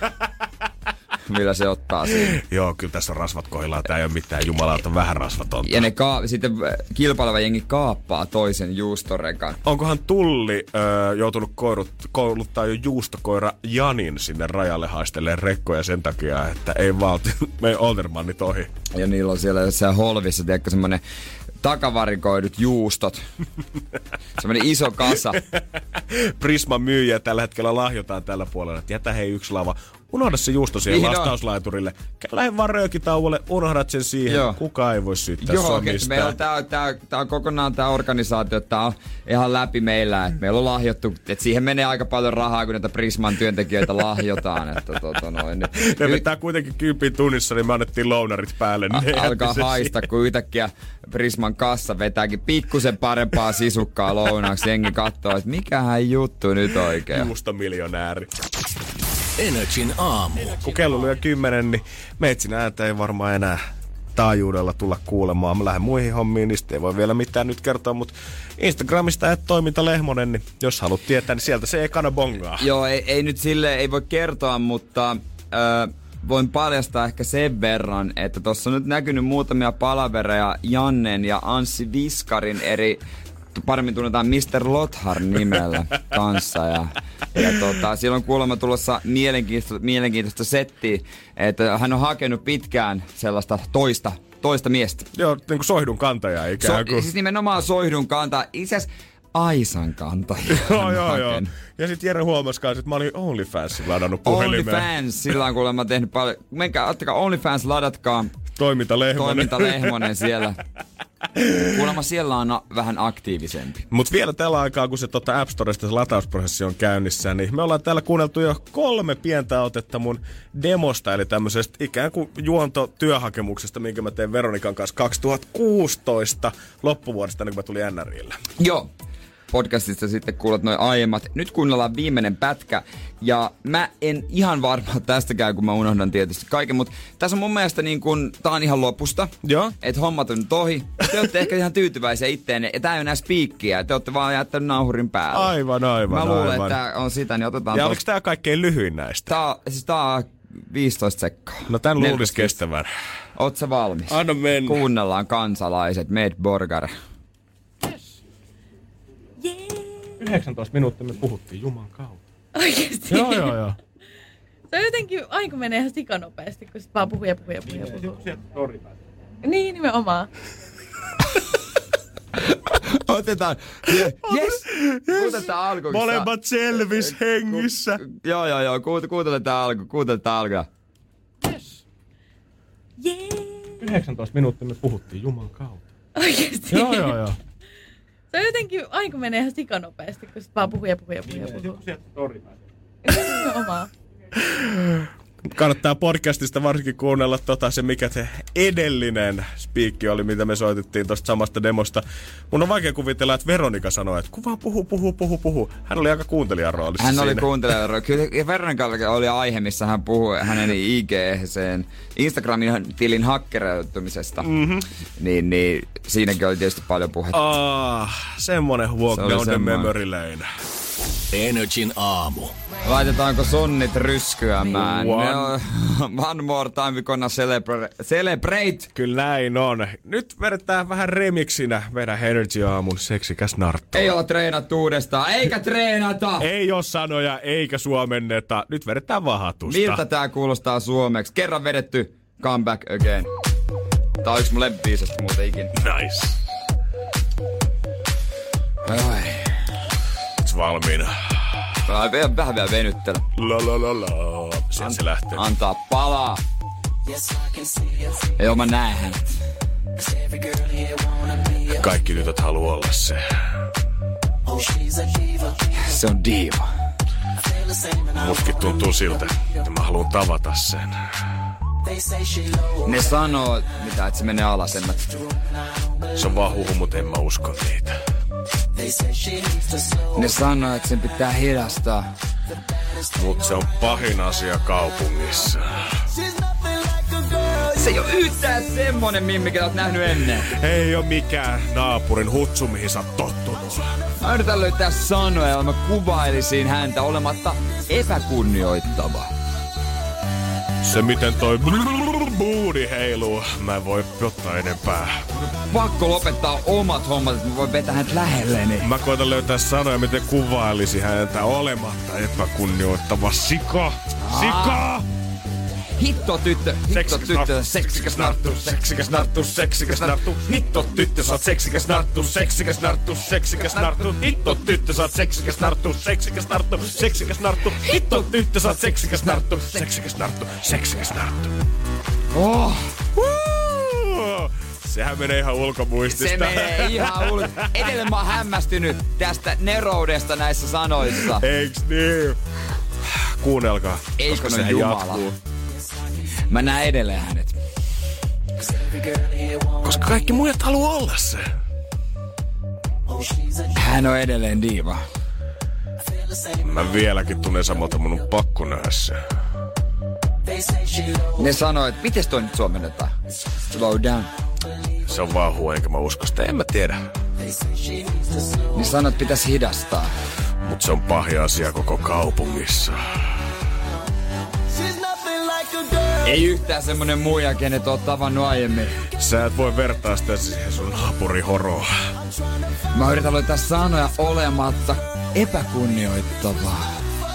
Millä se ottaa siinä. Joo, kyllä tässä on rasvat kohdillaan. Tää ei ole mitään jumalauta vähän rasvatonta. Ja ne ka- sitten kilpaileva jengi kaappaa toisen juustorekan. Onkohan Tulli öö, joutunut koirut, kouluttaa jo juustokoira Janin sinne rajalle haisteleen rekkoja sen takia, että ei vaan meidän Oltermannit ohi. Ja niillä on siellä jossain holvissa, tiedätkö, semmonen takavarikoidut juustot. Semmoinen iso kasa. Prisman myyjiä tällä hetkellä lahjotaan tällä puolella. Että jätä hei yksi lava. Unohda se juusto siihen niin lastauslaiturille. Lähde vaan röökitauolle, unohdat sen siihen. Joo. Kukaan ei voi syyttää Joo, sua mistään. Joo, tää, tää, tää on kokonaan tää organisaatio, tää on ihan läpi meillä. Et meillä on lahjottu, että siihen menee aika paljon rahaa, kun näitä Prisman työntekijöitä lahjotaan. Että, tota noin, niin. Ne y- vetää kuitenkin kympin tunnissa, niin me annettiin lounarit päälle. Niin a- alkaa haista, kun yhtäkkiä Prisman kassa vetääkin pikkusen parempaa sisukkaa lounaaksi. Jengi katsoo, että mikähän juttu nyt oikein. Juustomiljonääri. Energin aamu. Kun kello lyö kymmenen, niin meitsin ääntä ei varmaan enää taajuudella tulla kuulemaan. Mä lähden muihin hommiin, niin ei voi vielä mitään nyt kertoa, mutta Instagramista et toiminta Lehmonen, niin jos haluat tietää, niin sieltä se ekana bongaa. Joo, ei, ei nyt silleen, ei voi kertoa, mutta äh, voin paljastaa ehkä sen verran, että tossa on nyt näkynyt muutamia palavereja Jannen ja Anssi Viskarin eri, paremmin tunnetaan mister Lothar nimellä kanssa. Ja, ja tota, siellä on kuulemma tulossa mielenkiintoista, mielenkiintoista settiä, että hän on hakenut pitkään sellaista toista, toista miestä. Joo, niin kuin soihdun kantaja ikään kuin. So, siis nimenomaan soihdun kantaja. Itse asiassa Aisan kantaja. Joo, joo, joo. Ja sitten Jere huomasi kanssa, että mä olin OnlyFansin ladannut puhelimeen. OnlyFans, sillä on kuulemma tehnyt paljon. Menkää, ottakaa OnlyFans, ladatkaa. Toiminta Lehmonen. Toiminta Lehmonen siellä. Kuulemma siellä on a- vähän aktiivisempi. Mutta vielä tällä aikaa, kun se tota App Storesta se latausprosessi on käynnissä, niin me ollaan täällä kuunneltu jo kolme pientä otetta mun demosta, eli tämmöisestä ikään kuin juontotyöhakemuksesta, minkä mä tein Veronikan kanssa kaksituhattakuusitoista loppuvuodesta, niin kun mä tulin N R I:lle. Joo. podcastista sitten kuulet noin aiemmat. Nyt kuunnellaan viimeinen pätkä. Ja mä en ihan varma tästäkään, kun mä unohdan tietysti kaiken, mutta tässä on mun mielestä niin kun, tää on ihan lopusta. Joo. Että hommat on nyt ohi. Te olette ehkä ihan tyytyväisiä itteenne. Ja tää ei ole enää spiikkiä. Te olette vaan jättänyt nauhurin päälle. Aivan, aivan, Mä luulen, aivan. että tää on sitä, niin otetaan... Ja tos... oliko tää kaikkein lyhyin näistä? Tää, siis tää on viisitoista sekkaa. No tän luulisi kestävän. Oot sä valmis? Anna mennä. Kuunnellaan kansalaiset. Med Borgar. yhdeksäntoista minuuttia me puhuttiin Juman kautta. Oikeesti? Joo, joo, joo. Se on jotenkin, aika menee ihan sikanopeasti, kun sit vaan puhuu ja puhuu ja puhuu ja puhuu. Niin, nimenomaan. Otetaan. Yes! Kuunteletaan alkuun. Molemmat selvis hengissä. Joo, joo, joo. Kuunteletaan alku. Kuunteletaan alku. Yes. Jee. yhdeksäntoista minuuttia me puhuttiin Juman kautta. Oikeesti? Joo, joo, joo. Se on jotenkin, aika menee ihan sikanopeasti, kun sit vaan puhuu ja puhuu ja puhuu ja puhuu. Niin, nimenomaan. Kannattaa podcastista varsinkin kuunnella tota se, mikä se edellinen spiikki oli, mitä me soitettiin tosta samasta demosta. Mun on vaikea kuvitella, että Veronika sanoi, että kun vaan puhu, puhu, puhu, puhu. Hän oli aika kuuntelijan roolissa Hän siinä. oli kuuntelijan roolissa. Kyllä Veronikallakin oli aihe, missä hän puhui hänen I G-sen Instagramin tilin hakkeroitumisesta. Mm-hmm. Niin, niin siinäkin oli tietysti paljon puhetta. Ah, semmonen walk se down the memory lane. Energin aamu. Laitetaanko sonnit ryskyämään? One. No, one more time we gonna celebrate. celebrate. Kyllä näin on. Nyt vedetään vähän remiksinä meidän Energy aamun seksikäs narttu. Ei olla treenattu uudestaan, eikä treenata! Ei oo sanoja, eikä suomenneta. Nyt vedetään vahatusta. Miltä tää kuulostaa suomeksi? Kerran vedetty comeback again. Tää on yksi mun lempibiisistä muuten ikinä. Nice. Ai. Ootko valmiina? Mä vielä vähän vielä venyttele. La la la la. Sieltä se lähtee. Antaa palaa. Joo, mä näen hänet. Kaikki tytöt haluu olla se. Se on diiva. Mutkin tuntuu siltä, että mä haluun tavata sen. Ne sanoo, mitä, että se menee alas, en mä... Se on vaan huhu, mut en mä usko niitä. Ne sanoo, että sen pitää hidastaa. Mut se on pahin asia kaupungissa. Se ei oo yhtään semmonen mimmi, ketä oot nähnyt ennen. Ei oo mikään naapurin hutsu, mihin sä oot tottunut. Mä yritän löytää sanoja, joilla mä kuvailisin häntä olematta epäkunnioittava. Se miten toi booty heiluu, mä en voi ottaa enempää. Pakko lopettaa omat hommat, että mä voin vetää hänet lähelleni. Mä koitan löytää sanoja, miten kuvailisi häntä olematta epäkunnioittava sika. Sika! Hitto tyttö, hitto tyttö, seksikäs narttu, seksikäs narttu, seksikäs narttu. Hitto tyttö, sä oot seksikäs narttu, seksikäs narttu, seksikäs narttu. Hitto tyttö, sä oot seksikäs narttu, seksikäs narttu, seksikäs narttu. Hitto tyttö, sä oot seksikäs narttu, seksikäs narttu, seksikäs narttu. Oh! Woo! Sehän menee ihan ulkomuistista. Se menee ihan ulko. Edelleen mä oon hämmästynyt tästä neroudesta näissä sanoissa. Eiks niin? Kuunnelkaa, eikö koska no sehän Jumala. jatkuu. Mä näen edelleen hänet. Koska kaikki muijat haluaa olla se. Hän on edelleen diiva. Mä vieläkin tunnen samalta, mun on pakko nähdä se. Ne sanoo, että mites toi nyt suomennetaan? Slow down. Se on vaan huo, enkä mä usko sitä, en mä tiedä. Ne sanoo, että pitäisi hidastaa. Mut se on pahin asia koko kaupungissa. Ei yhtään semmonen muija, kenet oot tavannut aiemmin. Sä et voi vertaa sitä siihen sun naapurihoroon. Mä yritän löytää sanoja olematta epäkunnioittavaa.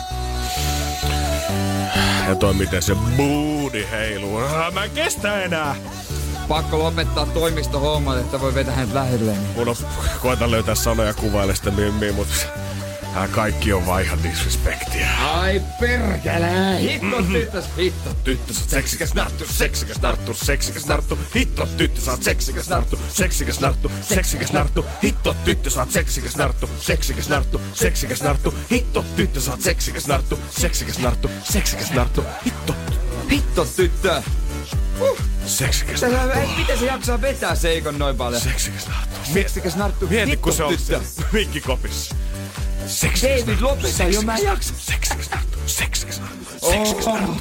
Ja toi miten se booty heiluu. Mä en kestä enää. Pakko lopettaa toimistohommat, että voi vetää hänet lähelleen. Mun on, koitan löytää sanoja kuvaille sitä mimmiä, mut Tää kaikki on vaan ihan disrespektiä. Ai perkele! Hitto tyttös, hitto tyttös, seksikäs narttu, seksikäs narttu, seksikäs narttu. Hitto tyttö, sä oot seksikäs narttu, seksikäs narttu, seksikäs narttu. Hitto tyttö, sä oot seksikäs narttu, seksikäs narttu, seksikäs narttu. Hitto tyttö, sä oot seksikäs narttu, seksikäs narttu, seksikäs narttu. Hitto, hitto tyttö. Huh. Seksikäs Sä, narttu. et, miten se jaksaa vetää Seikon noin paljon? Seksikäs narttu. Seksikäs narttu. Mieti, kun se on mikkikopissa. Seksikäs David, lopeta jo, mä en jaksa. Seksikäs narttu. Seksikäs narttu. Seksikäs narttu.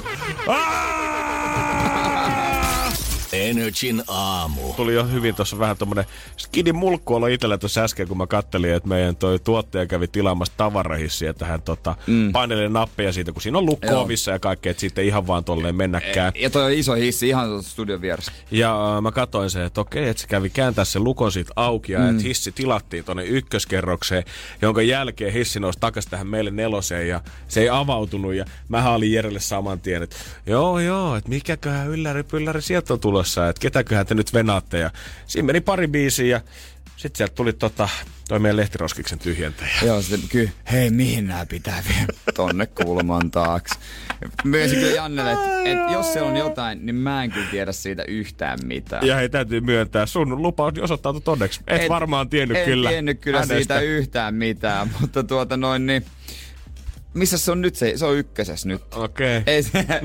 Energin aamu. Tuli jo hyvin tuossa vähän tommonen skidin mulkkuolo itsellä tuossa äsken, kun mä kattelin, että meidän toi tuottaja kävi tilaamassa tavarahissiä, että hän tota, mm. painelee nappeja siitä, kun siinä on lukko ovissa ja kaikkea, että siitä ei ihan vaan tolleen mennäkään. Ja toi on iso hissi ihan tuossa studion vieressä. Ja äh, mä katsoin sen, että okei, että se kävi kääntää sen lukon siitä auki ja mm. että hissi tilattiin tonne ykköskerrokseen, jonka jälkeen hissi nousi takas tähän meille neloseen ja se ei avautunut ja mä olin Jerelle saman tien, että joo joo, että mikäköhän ylläri pylläri sieltä on tulossa, että ketäköhän te nyt venaatte ja siinä meni pari biisiä ja sit sieltä tuli tota, toi meidän lehtiroskiksen tyhjentäjä. Joo, sitten kyllä, hei mihin nää pitää viedä tonne kulman taakse. Myönsin kyllä Jannelle, että et jos se on jotain, niin mä en kyllä tiedä siitä yhtään mitään. Ja hei, täytyy myöntää, sun lupaus osoittautui todeksi. Et, et varmaan tiennyt en kyllä. En tiennyt kyllä hänestä siitä yhtään mitään, mutta tuota noin niin... Missä se on nyt se? Se on ykkösessä nyt. Okei. Okay. Ei se...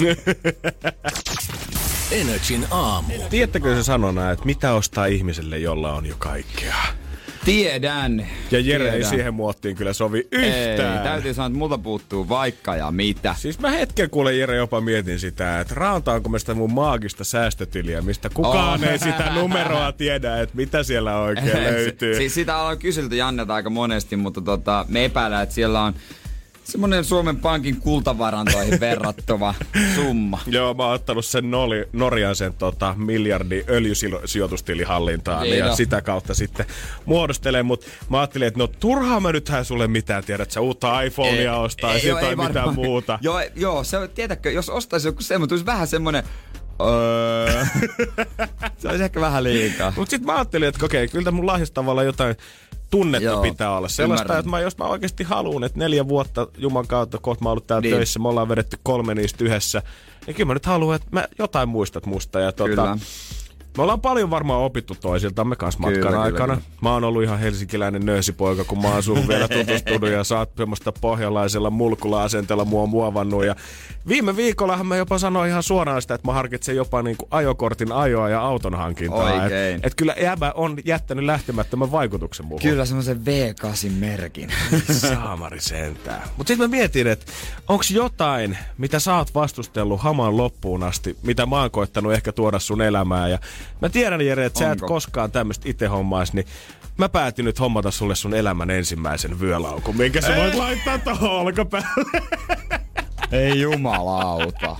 Energin aamu. Tiedättekö se sanona, että mitä ostaa ihmiselle, jolla on jo kaikkea? Tiedän. Ja Jere Tiedän. ei siihen muottiin kyllä sovi yhtään. Ei, täytyy sanoa, että multa puuttuu vaikka ja mitä. Siis mä hetken kuule Jere jopa mietin sitä, että raantaanko me sitä mun maagista säästötiliä, mistä kukaan oh. ei sitä numeroa tiedä, että mitä siellä oikein löytyy. Siis sitä on kyselty Jannelta aika monesti, mutta tota, me epäillään, että siellä on semmoinen Suomen Pankin kultavarantoihin verrattava summa. Joo, mä oon ottanut sen Noli, Norjan sen tota, miljardi öljysijoitustilihallintaan niin ja no. sitä kautta sitten muodostelen, mutta mä ajattelin, että no turhaan mä nythän sulle mitään tiedät, sä uutta iPhonea ostaisit tai mitään muuta. Joo, joo, se tiedätkö, jos ostaisi joku semmoinen, tulisi vähän semmoinen Öö. Se olisi ehkä vähän liikaa. Mut sit mä ajattelin, että okei, kyllä mun lahjasta tavallaan jotain tunnetta Joo, pitää olla. Sellaista, ymmärrän. Että mä, jos mä oikeasti haluun, että neljä vuotta Juman kautta, kohta mä oon ollut täällä niin. töissä, me ollaan vedetty kolme niistä yhdessä. Ja kyllä mä nyt haluan, että mä jotain muistat musta. Ja tota, me ollaan paljon varmaan opittu toisiltamme kanssa matkan kyllä, aikana. Kyllä, kyllä. Mä oon ollut ihan helsinkiläinen nöösipoika, kun mä oon sun vielä tutustunut ja sä oot semmoista pohjalaisella mulkulla asenteella mua muovannut. Ja viime viikollahan mä jopa sanoin ihan suoraan sitä, että mä harkitsen jopa niinku ajokortin ajoa ja auton hankintaa. Oikein. Et, et kyllä jäbä on jättänyt lähtemättömän vaikutuksen muuhun. Kyllä semmoisen V kahdeksan merkin. Saamari sentään. Mut sit mä mietin, että onks jotain, mitä sä oot vastustellut hamaan loppuun asti, mitä mä oon koittanut ehkä tuoda sun elämään. Ja mä tiedän, Jere, että sä et koskaan tämmöstä ite hommais, niin mä päätin nyt hommata sulle sun elämän ensimmäisen vyölaukun, minkä sä voit laittaa tohon olkapäälle. Ei jumalauta.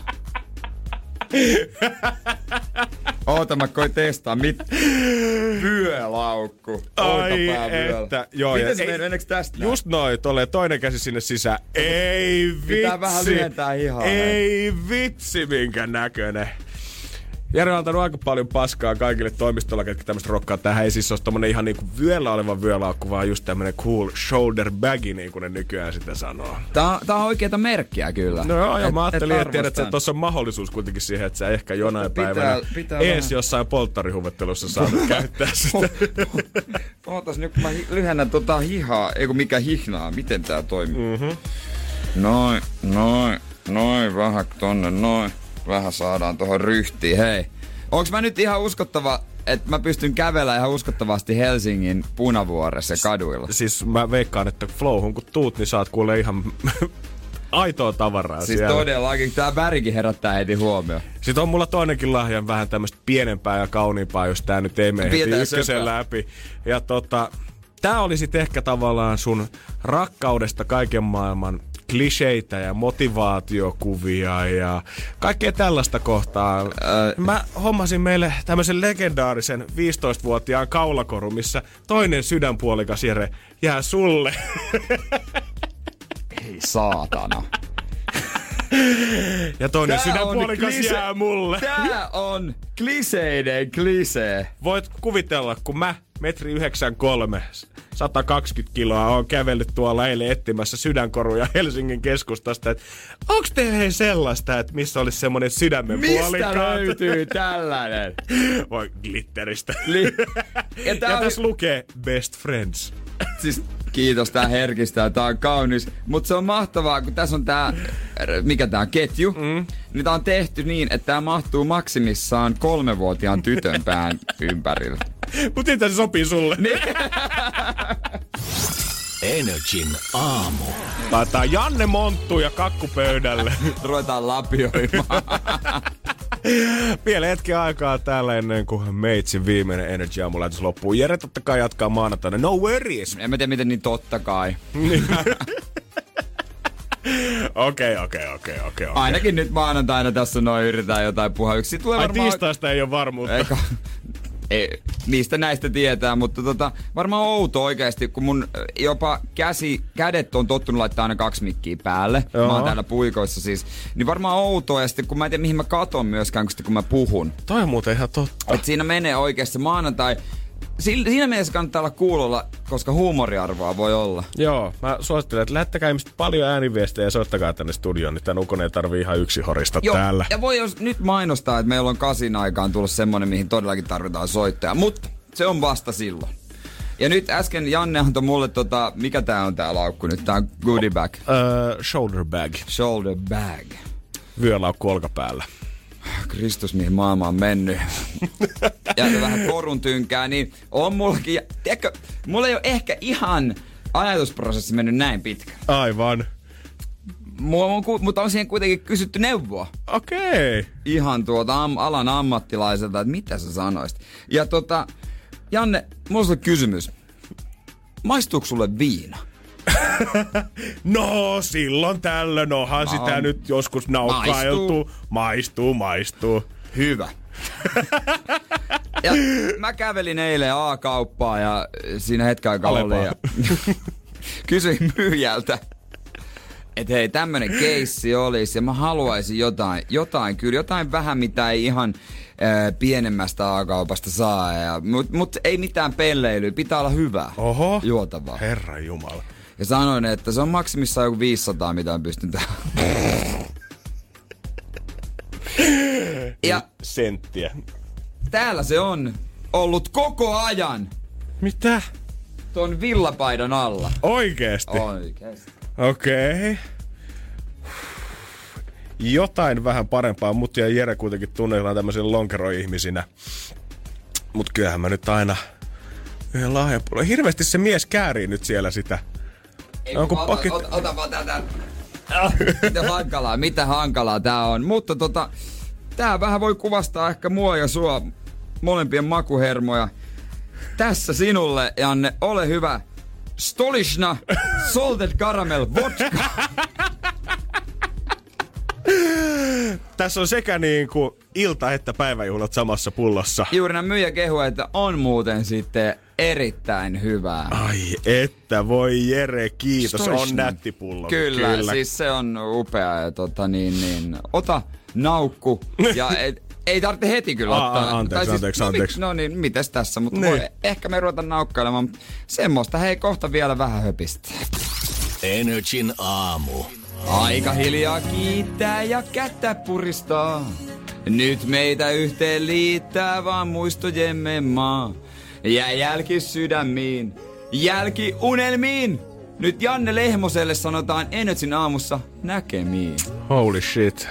Oota, mä koin testaa. Mit... Vyölaukku. Olkapäävyöllä. Että, joo, miten se meni? Meneekö tästä just noin, tolleen toinen käsi sinne sisään. Ei vitsi. Pitää vähän lyhentää hihaa. Ei vitsi, minkä näköinen. Jere on antanut aika paljon paskaa kaikille toimistolla, ketkä tämmöistä rokkaa. Tähän ei siis ole tommonen ihan niinku vyöllä oleva vyölaukku, vaan just tämmönen cool shoulder baggi, niin kuin ne nykyään sitä sanoo. Tää, tää on oikeeta merkkiä kyllä. No joo, ja et, mä ajattelin, että tiedät, että tossa on mahdollisuus kuitenkin siihen, että sä ehkä jonain pitää, päivänä pitää ees vähän jossain polttarihuvettelussa saanut käyttää sitä. Ootas nyt, kun mä lyhennän tota hihaa, ei kun mikä hihnaa, miten tää toimii. Mm-hmm. Noin, noin, noin, vähän tonne, noin. Vähän saadaan tohon ryhtiin. Hei, onks mä nyt ihan uskottava, että mä pystyn kävelemään ihan uskottavasti Helsingin Punavuoressa kaduilla? Siis mä veikkaan, että flowhun kun tuut, niin saat kuule ihan aitoa tavaraa siis siellä. Todellakin, tää värikin herättää heti huomioon. Sitten on mulla toinenkin lahja, vähän tämmöstä pienempää ja kauniimpaa, jos tää nyt ei mene heti ykkösen läpi. Ja tota, tää oli sit ehkä tavallaan sun rakkaudesta kaiken maailman kliseitä ja motivaatiokuvia ja kaikkea tällaista kohtaa. Äh, Mä hommasin meille tämmöisen legendaarisen viisitoistavuotiaan kaulakorun, missä toinen sydänpuolikas, Jere, jää sulle. Ei saatana. Ja toinen sydänpuolikas klise- jää mulle. Tää on kliseiden klisee. Voit kuvitella, kun mä metri yhdeksänkymmentäkolme, sata kaksikymmentä kiloa on kävellyt tuolla eilen etsimässä sydänkoruja Helsingin keskustasta. Et onks teillä sellaista, että missä olisi semmonen sydämen puolikaat? Mistä löytyy tällainen? Voi glitteristä. Li- ja ja on... tässä lukee Best Friends. Siis kiitos, tää herkistää, tää on kaunis. Mut se on mahtavaa, kun tässä on tää, mikä tää on, ketju. Mm. Niin tää on tehty niin, että tää mahtuu maksimissaan kolmevuotiaan tytön pään ympärillä. Mut mitä se sopii sulle? Niin. Energin aamu. Laittaa Janne monttu ja kakku pöydälle. Ruvetaan lapioimaan. Vielä hetken aikaa täällä ennen kuin meitsin viimeinen Energy aamulähetys loppuu. Jere totta kai jatkaa maanantaina. No worries. En mä tiedä miten niin totta kai. Okei, okei, okei, okei. Ainakin nyt maanantaina tässä noin yritetään jotain puhua. Yksi tulee Ai varmaan... tiistaista ei ole varmuutta. Eikä... Ei, mistä näistä tietää, mutta tota, varmaan outo oikeasti, kun mun jopa käsi, kädet on tottunut laittaa aina kaksi mikkiä päälle. Joo. Mä oon täällä puikoissa siis. Niin varmaan outoa, ja sitten kun mä en tiedä mihin mä katon myöskään, kun, sitten, kun mä puhun. Toi on muuten ihan totta. Et siinä menee oikeasti maanantai. Siinä mielessä kannattaa olla kuulolla, koska huumoriarvoa voi olla. Joo, mä suosittelen, että lähettäkää ihmiset paljon ääniviestejä ja soittakaa tänne studioon, niin tän ukon ei tarvii ihan yksi horista Joo, täällä. Ja voi jos nyt mainostaa, että meillä on kasin aikaan tullut semmonen, mihin todellakin tarvitaan soittaja, mutta se on vasta silloin. Ja nyt äsken Janne antoi mulle tota, mikä tää on tää laukku nyt, tää on goodie bag. Uh, shoulder bag. Shoulder bag. Vyölaukku olkapäällä. Kristus, mihin maailma on mennyt. Ja vähän korun tynkää, niin on mullakin. Ja, tiedätkö, mulla ei ole ehkä ihan ajatusprosessi mennyt näin pitkä. Aivan. Mua on, mutta on siihen kuitenkin kysytty neuvoa. Okei. Okay. Ihan tuolta am, alan ammattilaiselta, että mitä sä sanoisit. Ja tota, Janne, mulla on kysymys. Maistuuko sulle viina? No, silloin tällöin onhan no, sitä nyt joskus naukkailtu. Maistuu. maistuu, maistuu. Hyvä. Ja mä kävelin eilen A-kauppaa ja siinä hetken aikaa oli ja kysyin myyjältä, että hei, tämmönen keissi olisi ja mä haluaisin jotain, jotain kyllä, jotain vähän mitä ei ihan ää, pienemmästä A-kaupasta saa, ja, mut, mut ei mitään pelleilyä, pitää olla hyvää. Oho, juotavaa. Herra Jumala. Ja sanoin, että se on maksimissaan joku viisisataa, mitä on pystynyt tähän. Ja senttiä. Täällä se on ollut koko ajan. Mitä? Ton villapaidan alla. Oikeesti? Oikeesti. Okei. Okay. Jotain vähän parempaa, mut ja Jere kuitenkin tunneillaan tämmöisiä lonkeroihmisinä. Mut kyllähän mä nyt aina yhden lahjapuolen. Hirveästi se mies käärii nyt siellä sitä. Ei, ota, pakit... ota, ota vaan tätä. Mitä hankalaa, mitä hankalaa tää on. Mutta tota, tää vähän voi kuvastaa ehkä mua ja sua molempien makuhermoja. Tässä sinulle, Janne, ole hyvä. Stolishna Salted Caramel Vodka. Tässä on sekä niin kuin ilta- että päiväjuhlat samassa pullossa. Juuri nämä myyjä kehua, että on muuten sitten erittäin hyvää. Ai että, voi Jere, kiitos. Stolishna. On nätti pullo. Kyllä, Kyllä, siis se on upea. Ja tota niin, niin, ota naukku ja et, ei tarvitse heti kyllä ottaa. Aa, anteeksi, siis, anteeksi, no, anteeksi. No niin, mites tässä? Mutta niin. voi, ehkä me ruvetaan naukkailemaan. Semmoista, hei, kohta vielä vähän höpistä. Energin aamu. Aika hiljaa kiittää ja kättä puristaa. Nyt meitä yhteen liittää vaan muistojemme maa. Ja jälki sydämiin, jälki unelmiin. Nyt Janne Lehmoselle sanotaan Energin aamussa näkemiin. Holy shit.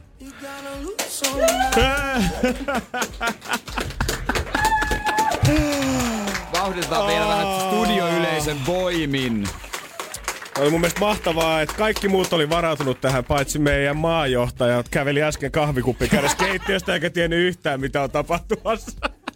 Vauhditetaan vielä vähän studioyleisön voimin. Oli mun mielestä mahtavaa, että kaikki muut oli varautunut tähän, paitsi meidän maajohtaja. Käveli äsken kahvikuppi kädessä keittiöstä eikä tiennyt yhtään, mitä on tapahtumassa.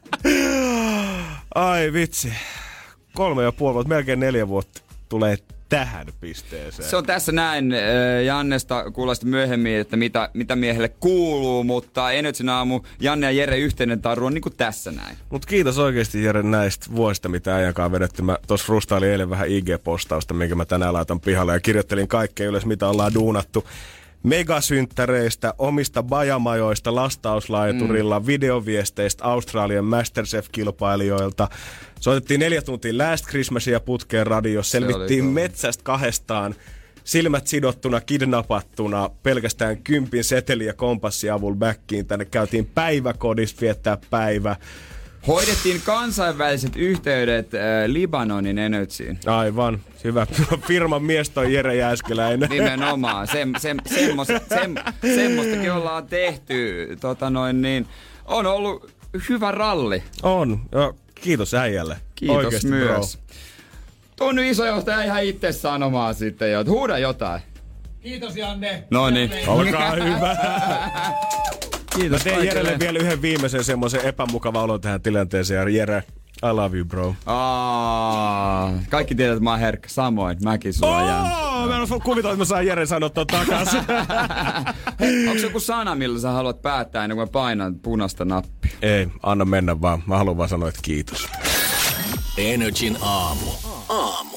Ai vitsi. Kolme ja puoli vuotta, melkein neljä vuotta tulee tähän pisteeseen. Se on tässä näin. Jannesta kuulla sitten myöhemmin, että mitä, mitä miehelle kuuluu, mutta Energin aamu, Janne ja Jere yhteinen taru on niin kuin tässä näin. Mut kiitos oikeesti Jere näistä vuosista, mitä ajankaan vedetty. Mä tossa frustailin eilen vähän I G-postausta, minkä mä tänään laitan pihalle ja kirjoittelin kaikkea ylös, mitä ollaan duunattu. Megasynttäreistä, omista bajamajoista, lastauslaiturilla, mm. videoviesteistä Australian Masterchef-kilpailijoilta. Soitettiin neljä tuntia Last Christmasia putkeen radiossa, selvittiin metsästä kahdestaan, silmät sidottuna, kidnapattuna, pelkästään kympin seteli ja kompassi avulla backiin. Tänne käytiin päiväkodissa viettää päivä. Hoidettiin kansainväliset yhteydet äh, Libanonin Energyin. Aivan. Hyvä. Firman mies toi Jere Jääskeläinen. Nimenomaan. Sem, sem, semmos, sem, semmoistakin ollaan tehty. Tota noin, niin, on ollut hyvä ralli. On. Jo, kiitos äijälle. Kiitos oikeasti, myös. Tuo on nyt isojohtaja ihan itse sanomaan sitten jo. Huuda jotain. Kiitos Janne. No niin. Olkaa hyvä. Kiitos. Mä teen Jerelle vielä yhden viimeisen semmoisen epämukavan olon tähän tilanteeseen. Ja Jere, I love you, bro. Aa, kaikki tiedät, että mä oon herkkä. Samoin, mäkin sua oh, jään. Mä en olisi kuvitella, että mä saan Jeren sanottua takaisin. Onko joku sana, millä sä haluat päättää ennen kuin mä painan punaista nappia? Ei, anna mennä vaan. Mä haluan vaan sanoa, että kiitos. Energin aamu. Aamu.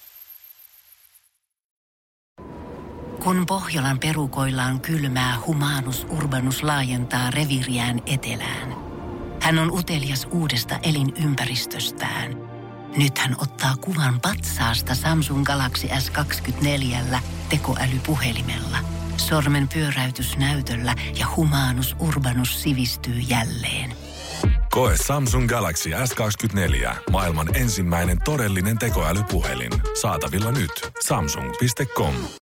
Kun Pohjolan perukoillaan kylmää, Humanus Urbanus laajentaa reviiriään etelään. Hän on utelias uudesta elinympäristöstään. Nyt hän ottaa kuvan patsaasta Samsung Galaxy S kaksikymmentäneljä tekoälypuhelimella. Sormen pyöräytys näytöllä ja Humanus Urbanus sivistyy jälleen. Koe Samsung Galaxy S kaksikymmentäneljä. Maailman ensimmäinen todellinen tekoälypuhelin. Saatavilla nyt. Samsung piste com.